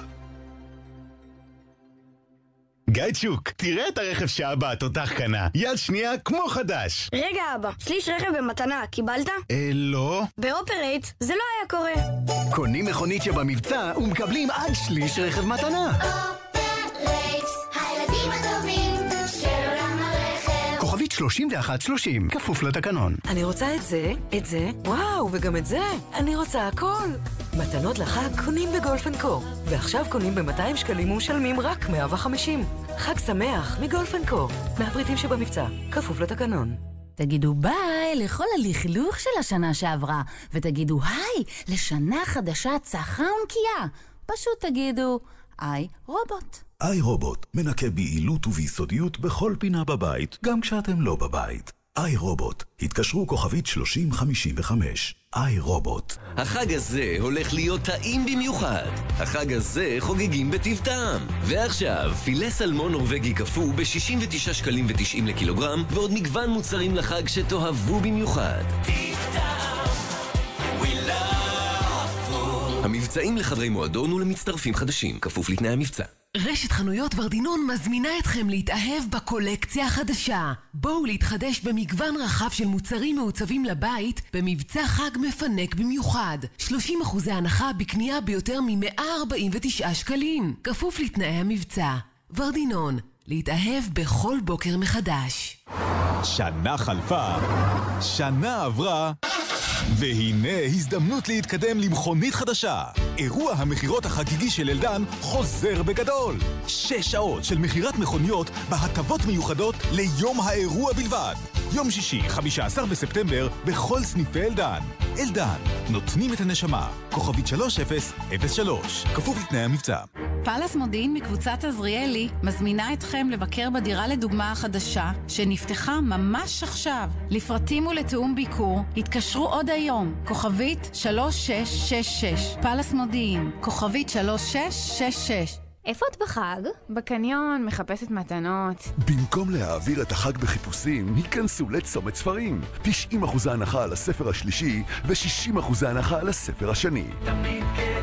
גיא צ'וק, תראה את הרכב שאבא התותח קנה. יד שנייה כמו חדש. רגע אבא, שליש רכב במתנה, קיבלת? אה, לא. באופרייט זה לא היה קורה. קונים מכונית שבמבצע ומקבלים עד שליש רכב מתנה. אופרייט, הילדים הטובים של עולם הרכב. כוכבית שלושים ואחת שלושים, כפוף לתקנון. אני רוצה את זה, את זה, וואו, וגם את זה. אני רוצה הכל. מתנות לחג קונים בגולף אנד קו. ועכשיו קונים ב-מאתיים שקלים ומשלמים רק מאה וחמישים. חג שמח מגולף אנד קו. מהפריטים שבמבצע, כפוף לתקנון. תגידו ביי לכל הלכלוך של השנה שעברה, ותגידו היי לשנה חדשה צחה ונקייה. פשוט תגידו איי רובוט. איי רובוט מנקה ביעילות וביסודיות בכל פינה בבית, גם כשאתם לא בבית. איי רובוט, התקשרו כוכבית שלושים חמישים וחמש. איי רובוט. החג הזה הולך להיות טעים במיוחד. החג הזה חוגגים בטיב טעם. ועכשיו, פילה סלמון נורווגי קפוא ב-שישים ותשעה שקלים ותשעים לקילוגרם, ועוד מגוון מוצרים לחג שתאהבו במיוחד. טיב טעם, we love food. המבצעים לחברי מועדון ולמצטרפים חדשים, כפוף לתנאי המבצע. רשת חנויות ורדינון מזמינה אתכם להתאהב בקולקציה החדשה. בואו להתחדש במגוון רחב של מוצרים מעוצבים לבית במבצע חג מפנק במיוחד. שלושים אחוז הנחה בקנייה ביותר מ-מאה ארבעים ותשעה שקלים. כפוף לתנאי המבצע. ורדינון, להתאהב בכל בוקר מחדש. שנה חלפה, שנה עברה, והנה הזדמנות להתקדם למכונית חדשה. אירוע המחירות החגיגי של אלדן חוזר בגדול. שש שעות של מחירת מכוניות בהטבות מיוחדות ליום האירוע בלבד. יום שישי, חמישה עשר בספטמבר, בכל סניפי אלדן. אלדן, נותנים את הנשמה. כוכבית שלוש אפס אפס שלוש. כפוף לתנאי המבצע. פלס מודיעין מקבוצת עזריאלי מזמינה אתכם לבקר בדירה לדוגמה החדשה שנפתחה ממש עכשיו. לפרטים ולתאום ביקור התקשרו עוד היום. כוכבית שלוש שש שש שש. פלס מודיעין. כוכבית שלוש שש שש שש. איפה את בחג? בקניון, מחפשת מתנות. במקום להעביר את החג בחיפושים, היכנסו לצומת ספרים. תשעים אחוז ההנחה על הספר השלישי ו-שישים אחוז ההנחה על הספר השני. תמיד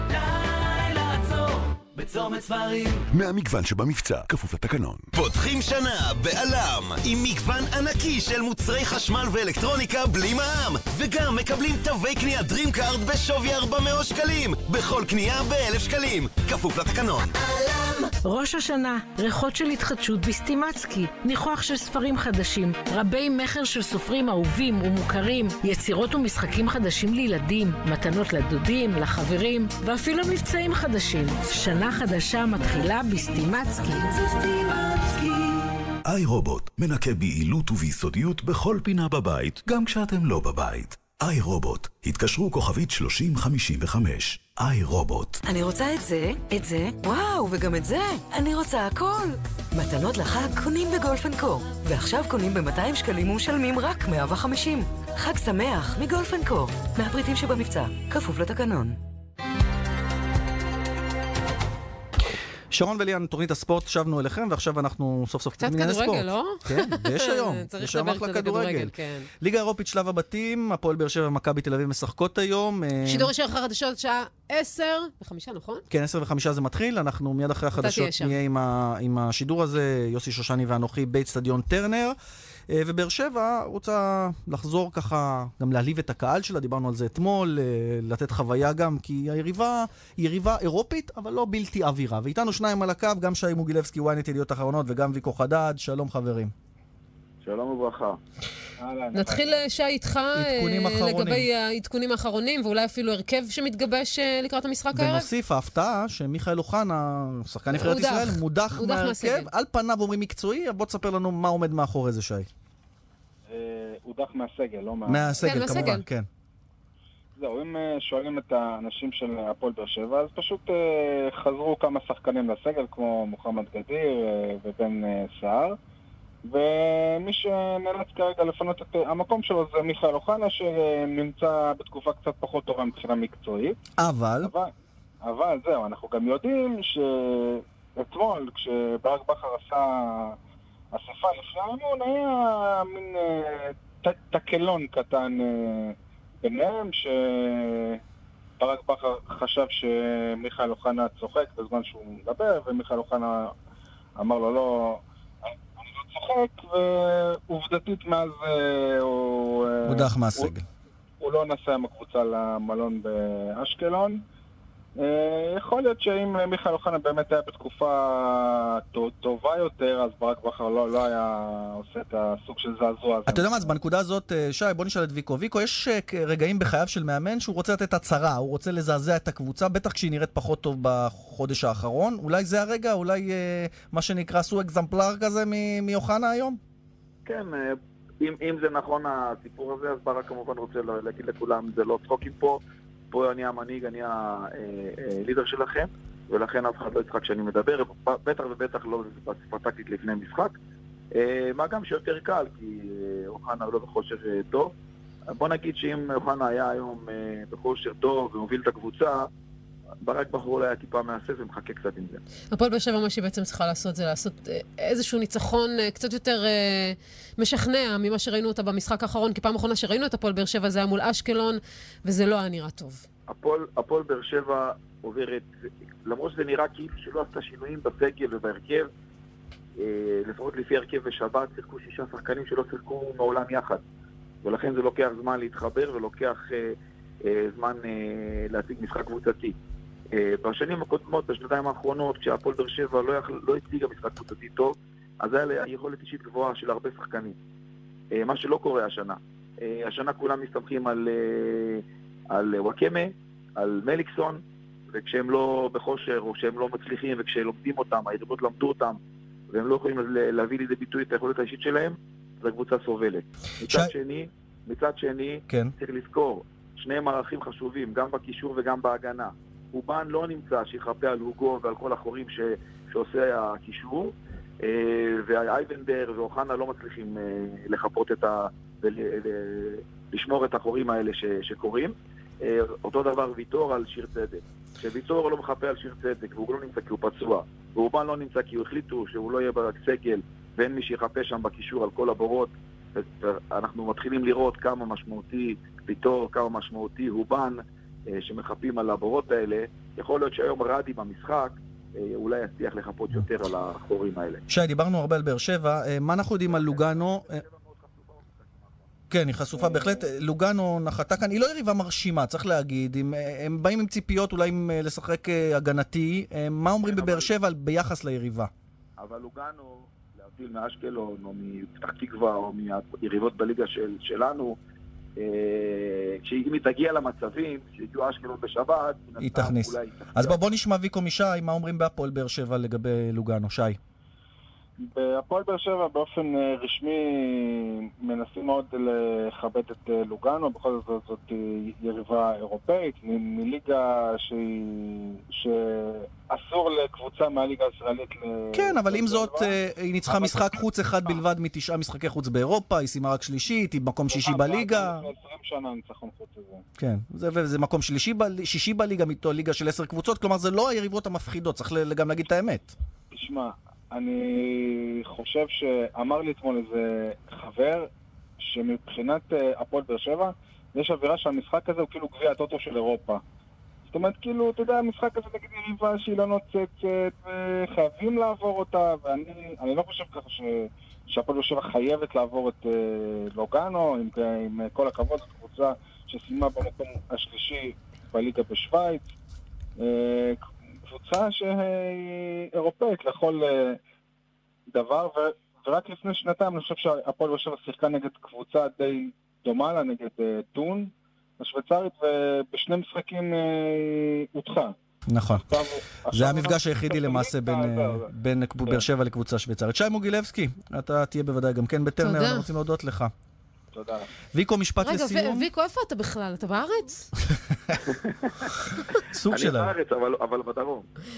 כדאי לעצור בצומת ספרים. מהמגוון שבמבצע, כפוף לתקנון. פותחים שנה בעלם עם מגוון ענקי של מוצרי חשמל ואלקטרוניקה בלי מע"מ, וגם מקבלים תווי קנייה דרים קארד בשווי ארבע מאות שקלים בכל קנייה ב-אלף שקלים, כפוף לתקנון. עלם. ראש השנה, ריחות של התחדשות בסטימצקי, ניחוח של ספרים חדשים, רבי מחר של סופרים אהובים ומוכרים, יצירות ומשחקים חדשים לילדים, מתנות לדודים, לחברים, ואפילו מבצעים חדשים. שנה חדשה מתחילה בסטימצקי. איי רובוט מנקה ביעילות וביסודיות בכל פינה בבית, גם כשאתם לא בבית. איי רובוט, התקשרו כוכבית שלושים חמישים וחמש. איי רובוט. אני רוצה את זה, את זה, וואו, וגם את זה. אני רוצה הכל. מתנות לחג קונים בגולף אנד קו. ועכשיו קונים ב-מאתיים שקלים ומשלמים רק מאה וחמישים. חג שמח מגולף אנד קו. מהפריטים שבמבצע, כפוף לתקנון. שרון וליאן, תוכנית הספורט, שבנו אליכם, ועכשיו אנחנו סוף סוף קצת כדורגל, לא? כן, ויש היום. צריך לדבר קצת כדורגל, כן. ליגה אירופית שלב הבתים, הפועל באר שבע ומכבי תל אביב משחקות היום. שידור ישיר אחר חדשות, שעה עשר וחמישה, נכון? כן, עשר וחמישה זה מתחיל, אנחנו מיד אחרי החדשות נהיה עם השידור הזה, יוסי שושני ואנוכי, בית סטדיון טרנר. ובאר שבע רוצה לחזור ככה, גם להליב את הקהל שלה, דיברנו על זה אתמול, לתת חוויה גם, כי היריבה היא יריבה אירופית, אבל לא בלתי אווירה. ואיתנו שניים על הקו, גם שי מוגילבסקי, וויינט ידיעות אחרונות, וגם ויקו חדד. שלום חברים. שלום וברכה. נתחיל שי איתך לגבי העדכונים האחרונים, ואולי אפילו הרכב שמתגבש לקראת המשחק הערב. ונוסיף, ההפתעה שמיכאל אוחנה, שחקן נבחרת ישראל, מודח מהרכב, על פניו אומרים מקצועי, בוא תספר לנו מה עומד מאחורי זה, שי. הודח מהסגל, לא מה... מהסגל, כמובן, כן. זהו, אם שואלים את האנשים של הפועל באר שבע, אז פשוט חזרו כמה שחקנים לסגל, כמו מוחמד גדיר ובן סער, ומי שנאלץ כרגע לפנות את המקום שלו זה מיכאל אוחנה, שנמצא בתקופה קצת פחות טובה מבחינה מקצועית. אבל? אבל, אבל זהו, אנחנו גם יודעים שאתמול, כשברק בכר עשה אספה לפני האימון, היה מין תקלון קטן ביניהם, שברק בכר חשב שמיכאל אוחנה צוחק בזמן שהוא מדבר, ומיכאל אוחנה אמר לו לא, אני לא צוחק, ועובדתית מאז הוא... הודח מהסגל. הוא לא נסע עם הקבוצה למלון באשקלון. יכול להיות שאם מיכאל אוחנה באמת היה בתקופה טובה יותר, אז ברק בכר לא, לא היה עושה את הסוג של זעזוע. אתה יודע מה, אז בנקודה הזאת, שי, בוא נשאל את ויקו. ויקו, יש רגעים בחייו של מאמן שהוא רוצה לתת הצהרה, הוא רוצה לזעזע את הקבוצה, בטח כשהיא נראית פחות טוב בחודש האחרון. אולי זה הרגע, אולי מה שנקרא סוג אקזמפלר כזה מאוחנה היום? כן, אם, אם זה נכון הסיפור הזה, אז ברק כמובן רוצה להגיד לכולם, זה לא צחוקים פה. פה אני המנהיג, אני הלידר שלכם, ולכן אף אחד לא יצחק שאני מדבר, בטח ובטח לא בסיפה טקטית לפני משחק. מה גם שיותר קל, כי אוחנה לא בכושר טוב. בוא נגיד שאם אוחנה היה היום בכושר טוב ומוביל את הקבוצה, ברק בכר אולי היה טיפה מהסס ומחכה קצת עם זה. הפועל באר שבע, מה שהיא בעצם צריכה לעשות זה לעשות איזשהו ניצחון קצת יותר משכנע ממה שראינו אותה במשחק האחרון, כי פעם אחרונה שראינו את הפועל באר שבע זה היה מול אשקלון, וזה לא היה נראה טוב. הפועל באר שבע עוברת, למרות שזה נראה כאילו שלא עשתה שינויים בסגל ובהרכב, לפחות לפי הרכב ושבת, שיחקו שישה שחקנים שלא שיחקו מעולם יחד. ולכן זה לוקח זמן להתחבר ולוקח זמן להציג משחק קבוצתי. בשנים הקודמות, בשנתיים האחרונות, כשהפועל באר שבע לא, לא הציגה משחק קבוצתי טוב, אז היה לה יכולת אישית גבוהה של הרבה שחקנים. מה שלא קורה השנה. השנה כולם מסתמכים על, על וואקמה, על מליקסון, וכשהם לא בכושר או כשהם לא מצליחים וכשהם לומדים אותם, היריבות למדו אותם, והם לא יכולים להביא לידי ביטוי את היכולת האישית שלהם, אז הקבוצה סובלת. מצד ש... שני, מצד שני, כן. צריך לזכור, שני מערכים חשובים, גם בקישור וגם בהגנה. אובן לא נמצא שיחפה על הוגו ועל כל החורים ש... שעושה הקישור, ואייבנדר ואוחנה לא מצליחים לחפות את ה... ולשמור את החורים האלה ש... שקורים. אותו דבר ויתור על שיר צדק. שוויתור לא מחפה על שיר צדק, והוא לא נמצא כי הוא פצוע, ואובן לא נמצא כי הוא החליטו שהוא לא יהיה בסגל, ואין מי שיחפה שם בקישור על כל הבורות. אנחנו מתחילים לראות כמה משמעותי ויתור, כמה משמעותי אובן, שמחפים על הבורות האלה. יכול להיות שהיום רדי במשחק אולי יצליח לחפות יותר על החורים האלה. שי, דיברנו הרבה על באר שבע. מה אנחנו יודעים על לוגאנו? כן, היא חשופה בהחלט. לוגאנו נחתה כאן, היא לא יריבה מרשימה, צריך להגיד. הם באים עם ציפיות אולי לשחק הגנתי. מה אומרים בבאר שבע ביחס ליריבה? אבל לוגאנו, להבדיל מאשקלון או מפתח תקווה או מהיריבות בליגה שלנו, כשאם היא תגיע למצבים, כשהגיעו אשקלון בשבת, היא תכניס. אז בוא נשמע ויקו משי, מה אומרים בהפועל באר שבע לגבי לוגאנו, שי? בהפועל באר שבע באופן רשמי מנסים מאוד לכבד את לוגאנו, בכל זאת זאת יריבה אירופאית, מליגה שאסור לקבוצה מהליגה הישראלית. כן, אבל עם זאת היא ניצחה משחק חוץ אחד בלבד מתשעה משחקי חוץ באירופה, היא סיימה רק שלישית, היא במקום שישי בליגה. עשרים שנה ניצחון חוץ הזה. כן, זה מקום שישי בליגה מתו ליגה של עשר קבוצות, כלומר זה לא היריבות המפחידות, צריך גם להגיד את האמת. תשמע, אני חושב שאמר לי אתמול איזה חבר שמבחינת הפועל באר שבע יש אווירה שהמשחק הזה הוא כאילו גביע הטוטו של אירופה. זאת אומרת, כאילו, אתה יודע, המשחק הזה נגיד יריבה שהיא לא נוצצת וחייבים לעבור אותה, ואני אני לא חושב ככה ש, שהפועל באר שבע חייבת לעבור את uh, לוגאנו, עם, עם כל הכבוד, זאת קבוצה שסיימה במקום השלישי בליגה בשוויץ. Uh, קבוצה שהיא אירופאית לכל דבר, ורק לפני שנתיים אני חושב שהפועל באר שבע שיחקה נגד קבוצה די דומה לה, נגד טון השוויצרית, ובשני משחקים הודחה. נכון. זה המפגש היחידי למעשה בין באר שבע לקבוצה שוויצרית. שי מוגילבסקי, אתה תהיה בוודאי גם כן בטרנר, אנחנו רוצים להודות לך. תודה. ויקו, משפט לסיום. רגע, ויקו, איפה אתה בכלל? אתה בארץ? סוג שלהם. אני בארץ, אבל בדרום.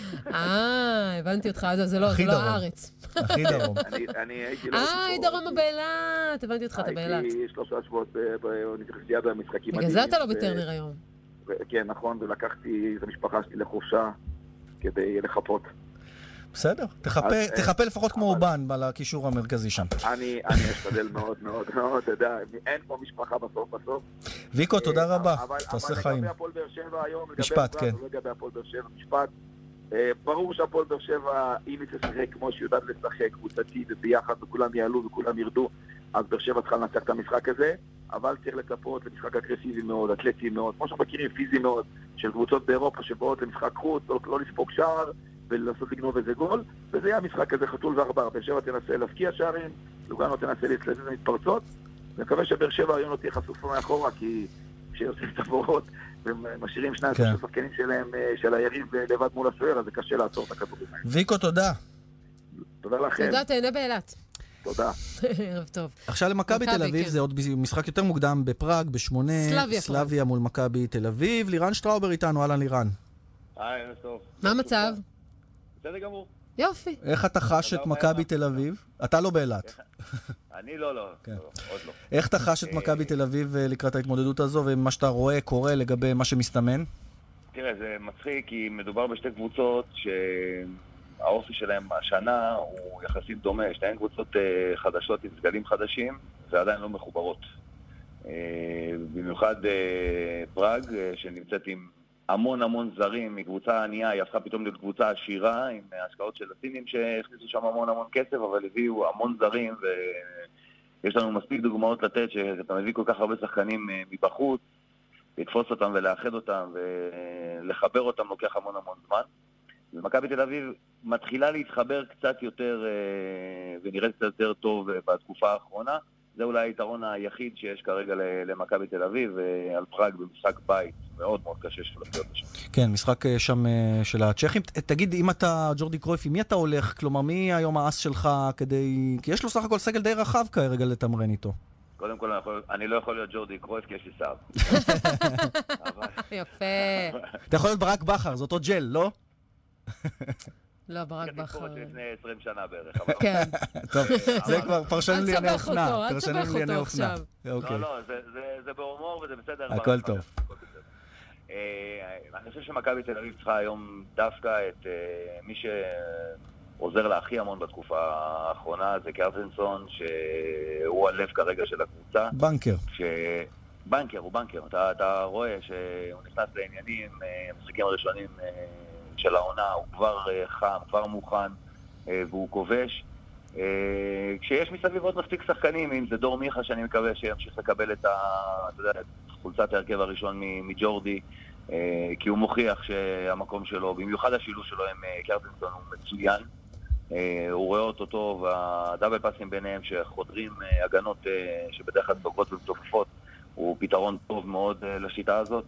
אה, הבנתי אותך, זה לא הארץ. הכי דרום. אני הייתי לא... אה, היא דרום באילת, הבנתי אותך, אתה באילת. הייתי שלושה שבועות באוניברסיטה במשחקים. בגלל זה אתה לא בטרנר היום. כן, נכון, ולקחתי את המשפחה שלי לחופשה כדי לחפות. בסדר, תחפה לפחות כמו אובן בקישור המרכזי שם. אני אשתדל מאוד מאוד מאוד, אתה יודע, אין פה משפחה בסוף בסוף. ויקו, תודה רבה, תעשה חיים. אבל לגבי הפועל באר שבע היום, משפט, כן. לגבי הפועל באר שבע, משפט. ברור שהפועל באר שבע, אם היא תשחק כמו שיודעת לשחק, קבוצתי וביחד, וכולם יעלו וכולם ירדו, אז באר שבע צריכה לנצח את המשחק הזה, אבל צריך לצפות למשחק אגרסיבי מאוד, אתלטי מאוד, כמו שאנחנו מכירים, פיזי מאוד, של קבוצות באירופה שבאות למשחק חוץ, לא לספוג שער, ולנסות לגנוב איזה גול, וזה יהיה המשחק הזה חתול וערבר. באר שבע תנסה להפקיע שערים, לוגאנו תנסה להתלזז מתפרצות, ומקווה שבאר שבע היום לא תהיה חשופה מאחורה, כי כשעושים תבורות ומשאירים שניים של השחקנים שלהם, של היריב לבד מול השוער, אז זה קשה לעצור את הכדורים האלה. ויקו, תודה. תודה לכם. תודה, תהנה באילת. תודה. ערב טוב. עכשיו למכבי תל אביב, זה עוד משחק יותר מוקדם בפראג, בשמונה, סלאביה מול מכבי תל אביב. לירן שטראובר איתנו, אהלן לירן. היי, ערב טוב. מה המצב? בסדר גמור. יופי. איך אתה חש את מכבי תל אביב? אתה לא באילת. אני לא, לא, עוד לא. איך אתה חש את מכבי תל אביב לקראת ההתמודדות הזו, ומה שאתה רואה, קורה לגבי מה שמסתמן? תראה, זה מצחיק, כי מדובר בשתי קבוצות שהאופי שלהם השנה הוא יחסית דומה. שתיהן קבוצות חדשות עם סגלים חדשים, ועדיין לא מחוברות. במיוחד פראג, שנמצאת עם המון המון זרים, מקבוצה ענייה, היא הפכה פתאום להיות קבוצה עשירה, עם השקעות של הסינים שהכניסו שם המון המון כסף, אבל הביאו המון זרים, ויש לנו מספיק דוגמאות לתת שאתה מביא כל כך הרבה שחקנים מבחוץ, לתפוס אותם ולאחד אותם ולחבר אותם לוקח המון המון זמן. ומכבי תל אביב מתחילה להתחבר קצת יותר ונראית קצת יותר טוב בתקופה האחרונה. זה אולי היתרון היחיד שיש כרגע למכבי תל אביב, על פראג במשחק בית מאוד מאוד קשה של הפיות שם. כן, משחק שם של הצ'כים. תגיד, אם אתה ג'ורדי קרויף, עם מי אתה הולך? כלומר, מי היום האס שלך כדי... כי יש לו סך הכל סגל די רחב כרגע לתמרן איתו. קודם כל, אני לא יכול להיות ג'ורדי קרויף כי יש לי שיער. יפה. אתה יכול להיות ברק בכר, זה אותו ג'ל, לא? לא, ברק בכר. לפני עשרים שנה בערך. כן. טוב, זה כבר פרשנים לענייני אופנה. אל תסבך אותו עכשיו. לא, לא, זה בהומור וזה בסדר. הכל טוב. אני חושב שמכבי תל אביב צריכה היום דווקא את מי שעוזר לה הכי המון בתקופה האחרונה, זה קרטנסון, שהוא הלב כרגע של הקבוצה. בנקר. בנקר, הוא בנקר. אתה רואה שהוא נכנס לעניינים, המשחקים הראשונים של העונה, הוא כבר חם, כבר מוכן, והוא כובש. כשיש מסביב עוד מספיק שחקנים, אם זה דור מיכה שאני מקווה שימשיך לקבל את חולצת ההרכב הראשון מג'ורדי, כי הוא מוכיח שהמקום שלו, במיוחד השילוב שלו עם קרטנסון הוא מצוין. הוא רואה אותו טוב, והדאבל פאסים ביניהם שחודרים הגנות שבדרך כלל פוגעות ומתופפות, הוא פתרון טוב מאוד לשיטה הזאת.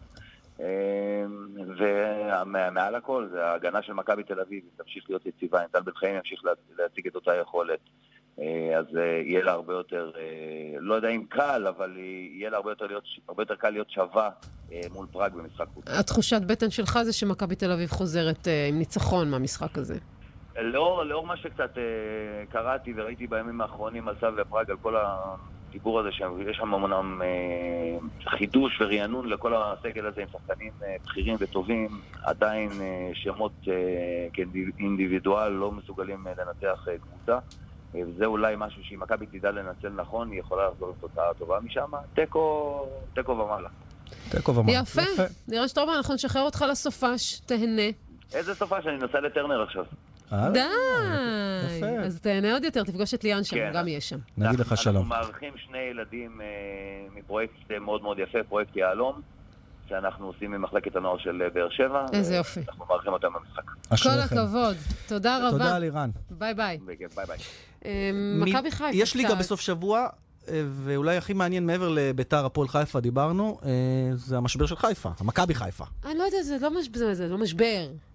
ומעל הכל זה ההגנה של מכבי תל אביב, תמשיך להיות יציבה, אם טל בן חיים ימשיך להציג את אותה יכולת, אז יהיה לה הרבה יותר, לא יודע אם קל, אבל יהיה לה הרבה יותר, להיות, הרבה יותר קל להיות שווה מול פראג במשחק חוץ. התחושת בטן שלך זה שמכבי תל אביב חוזרת עם ניצחון מהמשחק הזה. לאור, לאור מה שקצת קראתי וראיתי בימים האחרונים על סלאביה פראג, על כל הדיבור הזה שיש שם אמנם חידוש ורענון לכל הסגל הזה עם שחקנים בכירים וטובים, עדיין שמות כאינדיבידואל לא מסוגלים לנצח קבוצה, וזה אולי משהו שאם מכבי תדע לנצל נכון, היא יכולה לחזור לתוצאה טובה משם. טקו, טקו ומעלה. טקו ומעלה. יפה. נראה שטרובה, אנחנו נשחרר אותך לסופש, תהנה. איזה סופש? אני נוסע לטרנר עכשיו. די! אז תהנה עוד יותר, תפגוש את ליאן שם, הוא גם יהיה שם. נגיד לך שלום. אנחנו מארחים שני ילדים מפרויקט מאוד מאוד יפה, פרויקט יעלום, שאנחנו עושים ממחלקת הנוער של באר שבע. איזה יופי. אנחנו מארחים אותם במשחק. כל הכבוד. תודה רבה. תודה לירן. ביי ביי. ביי ביי. מכבי חיפה. יש ליגה בסוף שבוע, ואולי הכי מעניין מעבר לביתר הפועל חיפה דיברנו, זה המשבר של חיפה, המכבי חיפה. אני לא יודע, זה לא משבר.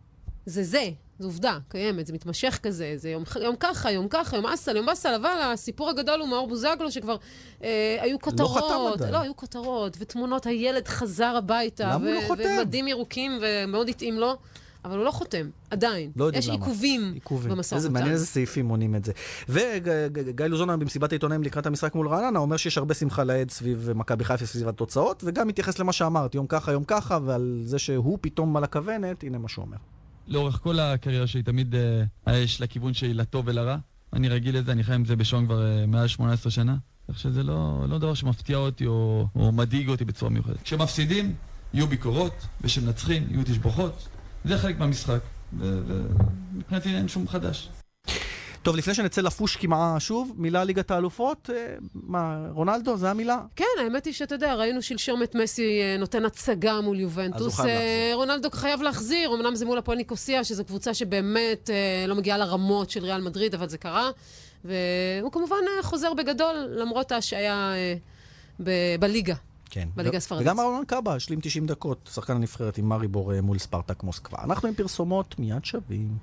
זה זה, זו עובדה, קיימת, זה מתמשך כזה, זה יום, יום ככה, יום ככה, יום אסל, יום בסל, אבל הסיפור הגדול הוא מאור בוזגלו, שכבר אה, היו כותרות, לא חתם לא, היו כותרות, ותמונות, הילד חזר הביתה, למה הוא לא חותם? ומדים ירוקים, ומאוד התאים לו, אבל הוא לא חותם, עדיין. לא יודעים יש למה. עיכובים, עיכובים. במשא איזה ומתן. מעניין איזה סעיפים מונים את זה. וגיא לוזון במסיבת העיתונאים לקראת המשחק מול רעננה, אומר שיש הרבה שמחה לעד סביב מכבי חיפה סביב התוצאות, וגם מתייחס למה שאמרת, יום ככה, יום ככה, ועל זה שהוא פתאום על הכוונת, הנה מה שהוא אומר. לאורך כל הקריירה שלי תמיד אה, יש לכיוון שלי לטוב ולרע. אני רגיל לזה, אני חי עם זה בשעון כבר אה, מעל שמונה עשרה שנה. כך שזה לא, לא דבר שמפתיע אותי או, או מדאיג אותי בצורה מיוחדת. כשמפסידים, יהיו ביקורות, וכשמנצחים, יהיו תשבחות. זה חלק מהמשחק, ומבחינתי אין שום חדש. טוב, לפני שנצא לפוש כמעה שוב, מילה ליגת האלופות, מה, רונלדו, זה המילה? כן, האמת היא שאתה יודע, ראינו שלשום את מסי נותן הצגה מול יובנטוס. רונלדו חייב להחזיר, אמנם זה מול הפועל ניקוסיה, שזו קבוצה שבאמת לא מגיעה לרמות של ריאל מדריד, אבל זה קרה. והוא כמובן חוזר בגדול, למרות השעיה ב- בליגה. כן. בליגה הספרדית. וגם אהרון קאבה, השלים תשעים דקות, שחקן הנבחרת עם מאריבור מול ספרטק מוסקבה. אנחנו עם פרסומות מיד שווים.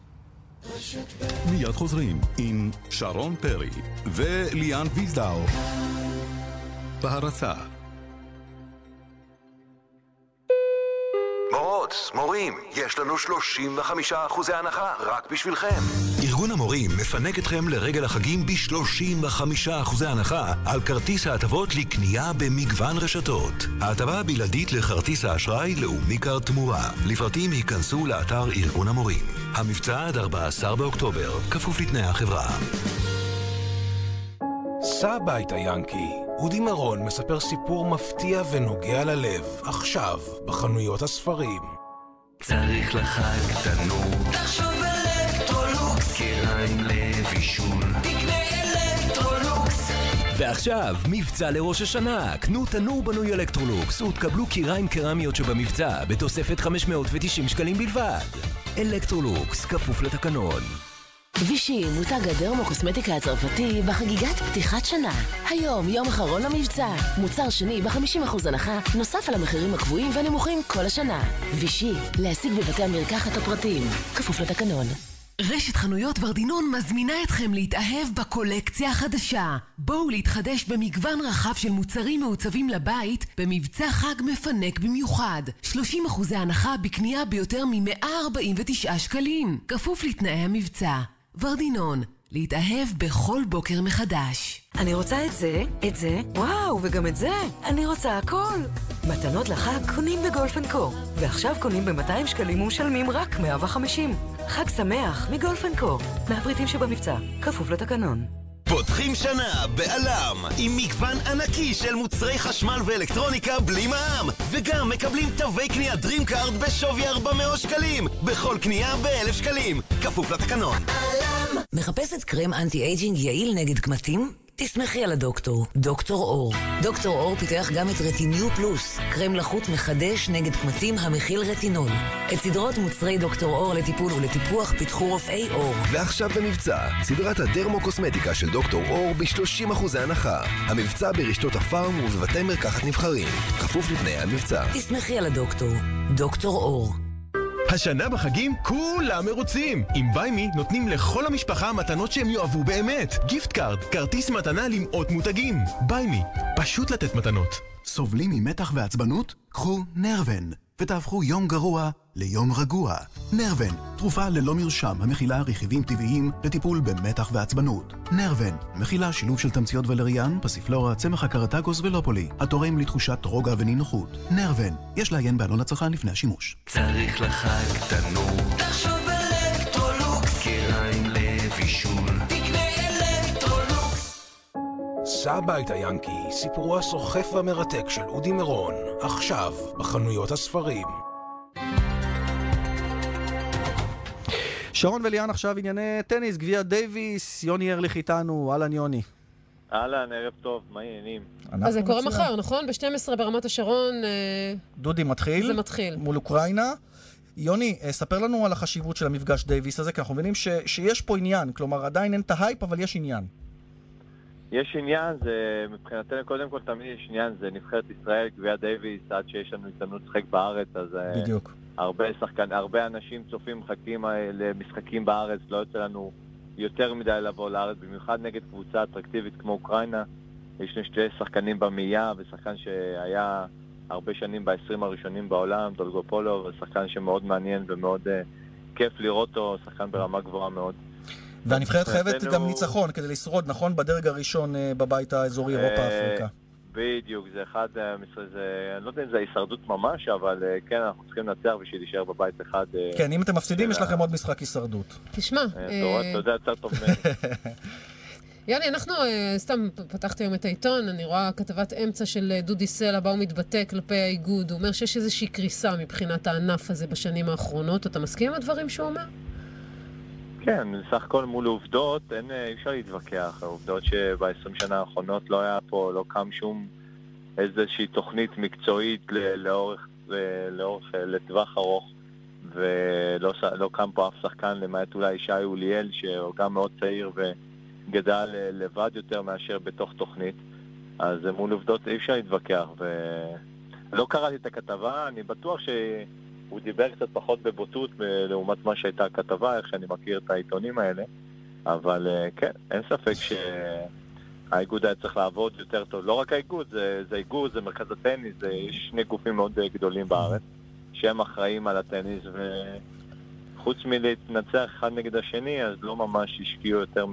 מיד חוזרים עם שרון פרי וליאן ויזדאו. בהרצה. מורות, מורים, יש לנו שלושים וחמישה אחוזי הנחה רק בשבילכם. ארגון המורים מפנק אתכם לרגל החגים ב-שלושים וחמישה אחוזי הנחה על כרטיס ההטבות לקנייה במגוון רשתות. ההטבה הבלעדית לכרטיס האשראי לאומי קארד תמורה. לפרטים ייכנסו לאתר ארגון המורים. המבצע עד ארבעה עשר באוקטובר, כפוף לתנאי החברה. סע הביתה ינקי. אודי מרון מספר סיפור מפתיע ונוגע ללב, עכשיו, בחנויות הספרים. צריך לחג תנור, תחשוב אלקטרולוקס, קריים לבישול, תקנה אלקטרולוקס. ועכשיו, מבצע לראש השנה, קנו תנור בנוי אלקטרולוקס ותקבלו קיריים קרמיות שבמבצע בתוספת חמש מאות ותשעים שקלים בלבד. אלקטרולוקס, כפוף לתקנון. וישי, מותג הדרמו-קוסמטיקה הצרפתי בחגיגת פתיחת שנה. היום, יום אחרון למבצע. מוצר שני ב-חמישים אחוז הנחה, נוסף על המחירים הקבועים והנמוכים כל השנה. וישי, להשיג בבתי המרקחת הפרטיים. כפוף לתקנון. רשת חנויות ורדינון מזמינה אתכם להתאהב בקולקציה החדשה. בואו להתחדש במגוון רחב של מוצרים מעוצבים לבית במבצע חג מפנק במיוחד. שלושים אחוזי הנחה בקנייה ביותר מ-מאה ארבעים ותשעה שקלים. כפוף לתנאי המבצע. ורדינון, להתאהב בכל בוקר מחדש. אני רוצה את זה, את זה, וואו, וגם את זה. אני רוצה הכל. מתנות לחג קונים בגולף אנד קו. ועכשיו קונים ב-מאתיים שקלים ומשלמים רק מאה וחמישים. חג שמח מגולף אנד קו. מהפריטים שבמבצע. כפוף לתקנון. פותחים שנה בעלם עם מגוון ענקי של מוצרי חשמל ואלקטרוניקה בלי מע"מ, וגם מקבלים תווי קנייה דרים קארד בשווי ארבע מאות שקלים בכל קנייה ב-אלף שקלים, כפוף לתקנון. עלם. מחפשת קרם אנטי אייג'ינג יעיל נגד קמטים? תסמכי על הדוקטור, דוקטור אור. דוקטור אור פיתח גם את רטיניו פלוס, קרם לחות מחדש נגד קמטים המכיל רטינול. את סדרות מוצרי דוקטור אור לטיפול ולטיפוח פיתחו רופאי אור. ועכשיו במבצע, סדרת הדרמו-קוסמטיקה של דוקטור אור ב-שלושים אחוזי הנחה. המבצע ברשתות הפארם ובבתי מרקחת נבחרים. כפוף לתנאי המבצע. תסמכי על הדוקטור, דוקטור אור. השנה בחגים כולם מרוצים. עם ביימי נותנים לכל המשפחה מתנות שהם יאהבו באמת. גיפט קארד, כרטיס מתנה למאות מותגים. ביימי, פשוט לתת מתנות. סובלים ממתח ועצבנות? קחו נרוון ותהפכו יום גרוע ליום רגוע. נרוון, תרופה ללא מרשם המכילה רכיבים טבעיים לטיפול במתח ועצבנות. נרוון, מכילה שילוב של תמציות ולריאן, פסיפלורה, צמח הקרטגוס ולופולי, התורם לתחושת רוגע ונינוחות. נרוון, יש לעיין בעלון הצרכן לפני השימוש. צריך לחג תנור, תחשוב אלקטרולוקס, קריים לבישול, תקנה אלקטרולוקס. סע הביתה ינקי, סיפורו הסוחף והמרתק של אודי מרון, עכשיו בחנויות הספרים. שרון וליאן עכשיו ענייני טניס, גביע דייביס, יוני ארליך איתנו, אהלן יוני. אהלן, ערב טוב, מה העניינים? אז זה קורה מחר, נכון? ב-שתים עשרה ברמת השרון. דודי מתחיל. זה מתחיל. מול אוקראינה. יוני, ספר לנו על החשיבות של המפגש דייביס הזה, כי אנחנו מבינים ש- שיש פה עניין, כלומר עדיין אין את ההייפ, אבל יש עניין. יש עניין, זה מבחינתנו קודם כל תמיד יש עניין, זה נבחרת ישראל, גביע דייביס, עד שיש לנו הזדמנות לשחק בארץ, אז... בדיוק. הרבה שחקן, הרבה אנשים צופים מחכים למשחקים בארץ, לא יוצא לנו יותר מדי לבוא לארץ, במיוחד נגד קבוצה אטרקטיבית כמו אוקראינה. יש לנו שתי שחקנים במאייה, ושחקן שהיה הרבה שנים ב-עשרים הראשונים בעולם, דולגופולוב, ושחקן שמאוד מעניין ומאוד uh, כיף לראות אותו, שחקן ברמה גבוהה מאוד. והנבחרת חייבת גם ניצחון כדי לשרוד, נכון? בדרג הראשון uh, בבית האזורי אירופה-אפריקה. בדיוק, זה אחד, זה, אני לא יודע אם זה הישרדות ממש, אבל כן, אנחנו צריכים לנצח בשביל להישאר בבית אחד. כן, אם אתם מפסידים, יש לכם עוד משחק הישרדות. תשמע. אתה יודע יותר טוב ממני. יוני, אנחנו סתם פתחתי היום את העיתון, אני רואה כתבת אמצע של דודי סלע, בה הוא מתבטא כלפי האיגוד, הוא אומר שיש איזושהי קריסה מבחינת הענף הזה בשנים האחרונות. אתה מסכים עם הדברים שהוא אומר? כן, בסך הכל מול עובדות, אין, אי אפשר להתווכח. העובדות שב-עשרים שנה האחרונות לא היה פה, לא קם שום איזושהי תוכנית מקצועית לאורך, לאורך, לטווח ארוך, ולא לא קם פה אף שחקן, למעט אולי שי אוליאל, שהוא גם מאוד צעיר וגדל לבד יותר מאשר בתוך תוכנית. אז מול עובדות אי אפשר להתווכח, ולא קראתי את הכתבה, אני בטוח ש... הוא דיבר קצת פחות בבוטות לעומת מה שהייתה הכתבה, איך שאני מכיר את העיתונים האלה. אבל כן, אין ספק שהאיגוד היה צריך לעבוד יותר טוב. לא רק האיגוד, זה, זה איגוד, זה מרכז הטניס, זה, יש שני גופים מאוד גדולים בארץ, שהם אחראים על הטניס, וחוץ מלהתנצח אחד נגד השני, אז לא ממש השקיעו יותר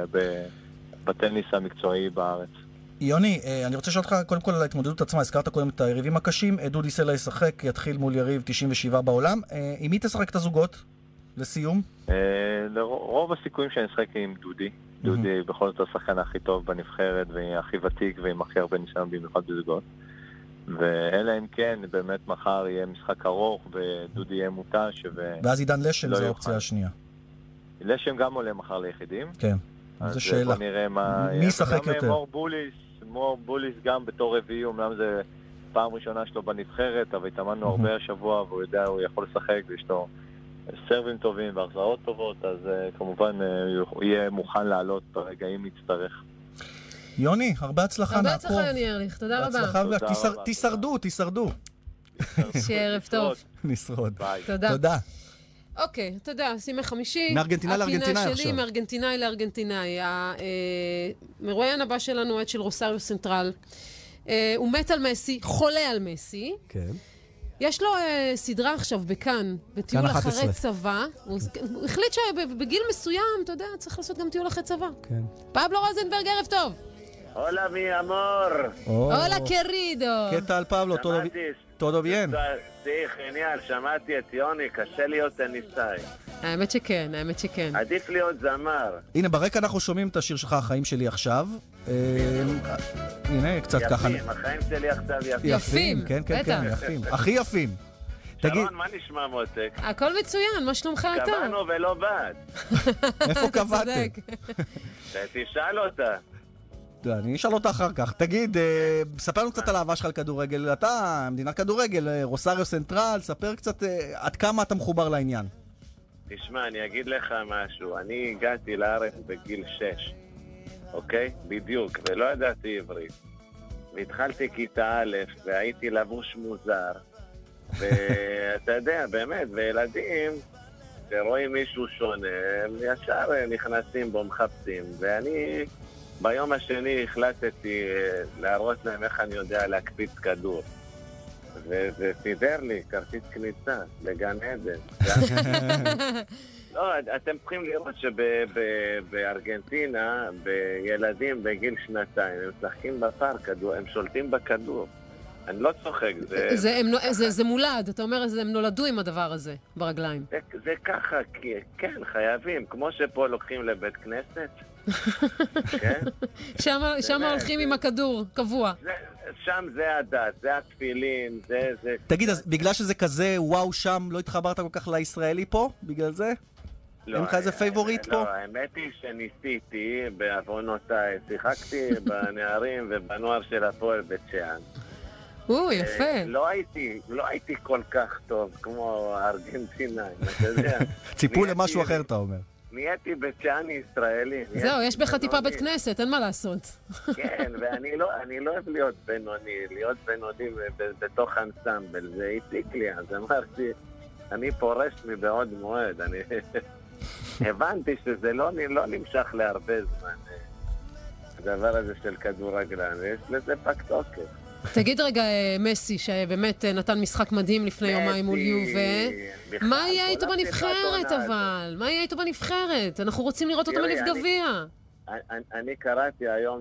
בטניס המקצועי בארץ. יוני, אני רוצה לשאול אותך קודם כל על ההתמודדות עצמה. הזכרת קודם את היריבים הקשים. דודי סלע ישחק, יתחיל מול יריב תשעים ושבעה בעולם. עם מי תשחק את הזוגות? לסיום? לרוב הסיכויים שאני אשחק עם דודי. דודי בכל זאת השחקן הכי טוב בנבחרת, והכי ותיק, ועם הכי הרבה ניסיון במיוחד בזוגות. ואלה אם כן, באמת מחר יהיה משחק ארוך, ודודי יהיה מוטש. ואז עידן לשם זו האופציה השנייה. לשם גם עולה מחר ליחידים. כן. אז בוא נראה מה... מי ישחק יותר? מור בוליס, מור בוליס גם בתור רביעי, אומנם זה פעם ראשונה שלו בנבחרת, אבל התאמנו הרבה השבוע, והוא יודע, הוא יכול לשחק, ויש לו סרבים טובים והחזרות טובות, אז כמובן הוא יהיה מוכן לעלות ברגעים יצטרך. יוני, הרבה הצלחה, נעקוב. הרבה הצלחה, יוני ארליך, תודה רבה. בהצלחה, ותישרדו, תישרדו. שערב טוב. נשרוד. תודה. תודה. אוקיי, אתה יודע, שימי חמישי. מארגנטינאי לארגנטינאי עכשיו. הפינה שלי, מארגנטינאי לארגנטינאי. המרואיין הבא שלנו, עד של רוסריו סנטרל. הוא מת על מסי, חולה על מסי. כן. יש לו סדרה עכשיו בכאן, בטיול אחרי צבא. הוא החליט שבגיל מסוים, אתה יודע, צריך לעשות גם טיול אחרי צבא. כן. פבלו רוזנברג, ערב טוב. Hola, mi amor. Hola, querido. ¿Qué tal, Pablo? ¿Todo, ¿todo bien? Sí, genial. שמעתי את יוני, קשה להיות טניסאי. האמת שכן, האמת שכן. עדיף להיות זמר. הנה, ברקע אנחנו שומעים את השיר שלך, החיים שלי עכשיו. הנה, קצת ככה. יפים, החיים שלי עכשיו יפים. יפים, כן, כן, כן, יפים. הכי יפים. שרון, מה נשמע מותק? הכל מצוין, מה שלומך אתה? קבענו ולא בד. איפה קבעתם? תשאל אותה. אני אשאל אותה אחר כך. תגיד, ספר לנו קצת על האהבה שלך לכדורגל. אתה, מדינת כדורגל, רוסריו סנטרל, ספר קצת עד כמה אתה מחובר לעניין. תשמע, אני אגיד לך משהו. אני הגעתי לארץ בגיל שש, אוקיי? בדיוק, ולא ידעתי עברית. והתחלתי כיתה א', והייתי לבוש מוזר. ואתה יודע, באמת, וילדים שרואים מישהו שונה, הם ישר נכנסים בו, מחפשים. ואני... ביום השני החלטתי להראות להם איך אני יודע להקפיץ כדור. וזה סידר לי כרטיס כניסה לגן עדן. לא, אתם צריכים לראות שבארגנטינה, בילדים בגיל שנתיים, הם משחקים בפארק, הם שולטים בכדור. אני לא צוחק. זה מולד, אתה אומר, הם נולדו עם הדבר הזה ברגליים. זה ככה, כן, חייבים. כמו שפה לוקחים לבית כנסת. שם הולכים עם הכדור, קבוע. שם זה הדת, זה התפילין, זה... תגיד, אז בגלל שזה כזה וואו שם, לא התחברת כל כך לישראלי פה? בגלל זה? אין לך איזה פייבוריט פה? לא, האמת היא שניסיתי בעוונותיי, שיחקתי בנערים ובנוער של הפועל בית שאן. או, יפה. לא הייתי, לא הייתי כל כך טוב כמו הארגנטינאים, אתה יודע. ציפו למשהו אחר, אתה אומר. נהייתי בית שאן ישראלי. זהו, יש בך טיפה בית כנסת, אין מה לעשות. כן, ואני לא, אני לא אוהב להיות בינוני, להיות בינוני בתוך אנסמבל, זה הציק לי, אז אמרתי, אני פורש מבעוד מועד. אני הבנתי שזה לא, לא נמשך להרבה זמן. הדבר הזה של כדורגלן, יש לזה פג תוקף. תגיד רגע, מסי, שבאמת נתן משחק מדהים לפני יומיים מול יובה, מה יהיה איתו בנבחרת אבל? מה יהיה איתו בנבחרת? אנחנו רוצים לראות אותו בנבחרת גביע. אני קראתי היום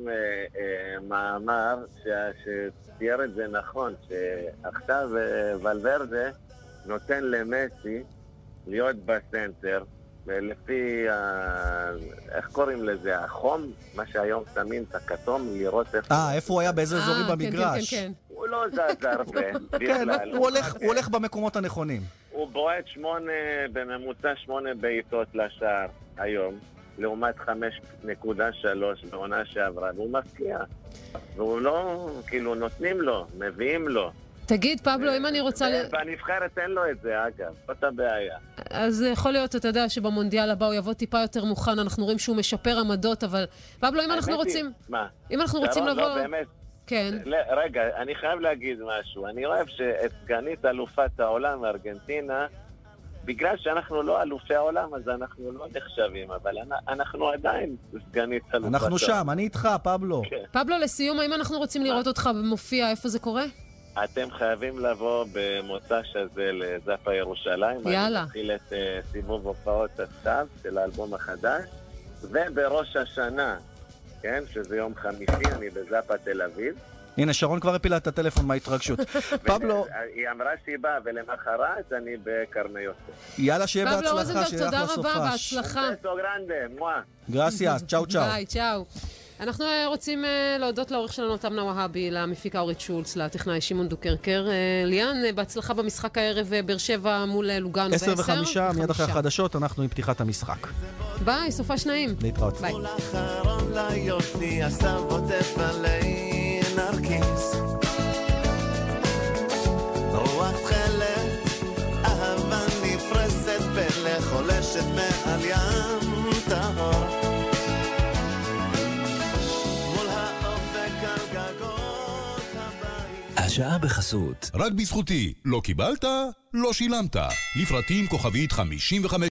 מאמר שתיאר את זה נכון, שעכשיו ולוורדה נותן למסי להיות בסנטר, ולפי, איך קוראים לזה, החום, מה שהיום שמים את הכתום, לראות איפה... אה, איפה הוא היה, באיזה אזורים במגרש. כן, כן, כן. הוא לא זז הרבה, כן, הוא הולך במקומות הנכונים. הוא בועט שמונה, בממוצע שמונה בעיטות לשער היום, לעומת חמש נקודה שלוש בעונה שעברה, והוא מפקיע. והוא לא, כאילו, נותנים לו, מביאים לו. תגיד, פבלו, אם אני רוצה... בנבחרת אין לו את זה, אגב. זאת הבעיה. אז יכול להיות, אתה יודע, שבמונדיאל הבא הוא יבוא טיפה יותר מוכן, אנחנו רואים שהוא משפר עמדות, אבל... פבלו, אם אנחנו רוצים... מה? אם אנחנו רוצים לבוא... לא, באמת. כן. רגע, אני חייב להגיד משהו. אני אוהב שאת סגנית אלופת העולם, ארגנטינה, בגלל שאנחנו לא אלופי העולם, אז אנחנו לא נחשבים, אבל אנחנו עדיין סגנית אלופת העולם. אנחנו שם, אני איתך, פבלו. פבלו, לסיום, האם אנחנו רוצים לראות אותך במופיע, איפה זה קורה? אתם חייבים לבוא במוצ"ש הזה לזאפה ירושלים. יאללה. אני מתחיל את uh, סיבוב הופעות עכשיו של האלבום החדש, ובראש השנה, כן, שזה יום חמישי, אני בזאפה תל אביב. הנה, שרון כבר הפילה את הטלפון מההתרגשות. פבלו... היא אמרה שהיא באה, ולמחרת אני בקרני יוסף. יאללה, שיהיה בהצלחה, שיהיה אחלה סופש. תודה רבה, בהצלחה. גרסיאס, צ'או צ'או. ביי, צ'או. אנחנו רוצים להודות לעורך שלנו, תמנה והבי, למפיקה אורית שולץ, לטכנאי שמעון דוקרקר. ליאן, בהצלחה במשחק הערב באר שבע מול לוגאנו בעשר. עשר וחמישה, מיד אחרי החדשות, אנחנו עם פתיחת המשחק. ביי, סופה שניים. להתראות. ביי. נרקיס רוח תכלת אהבה נפרסת פלא חולשת מעל ים טהור מול האופק על גגות הבית. השעה בחסות רק בזכותי לא קיבלת לא שילמת לפרטים כוכבית חמישים וחמש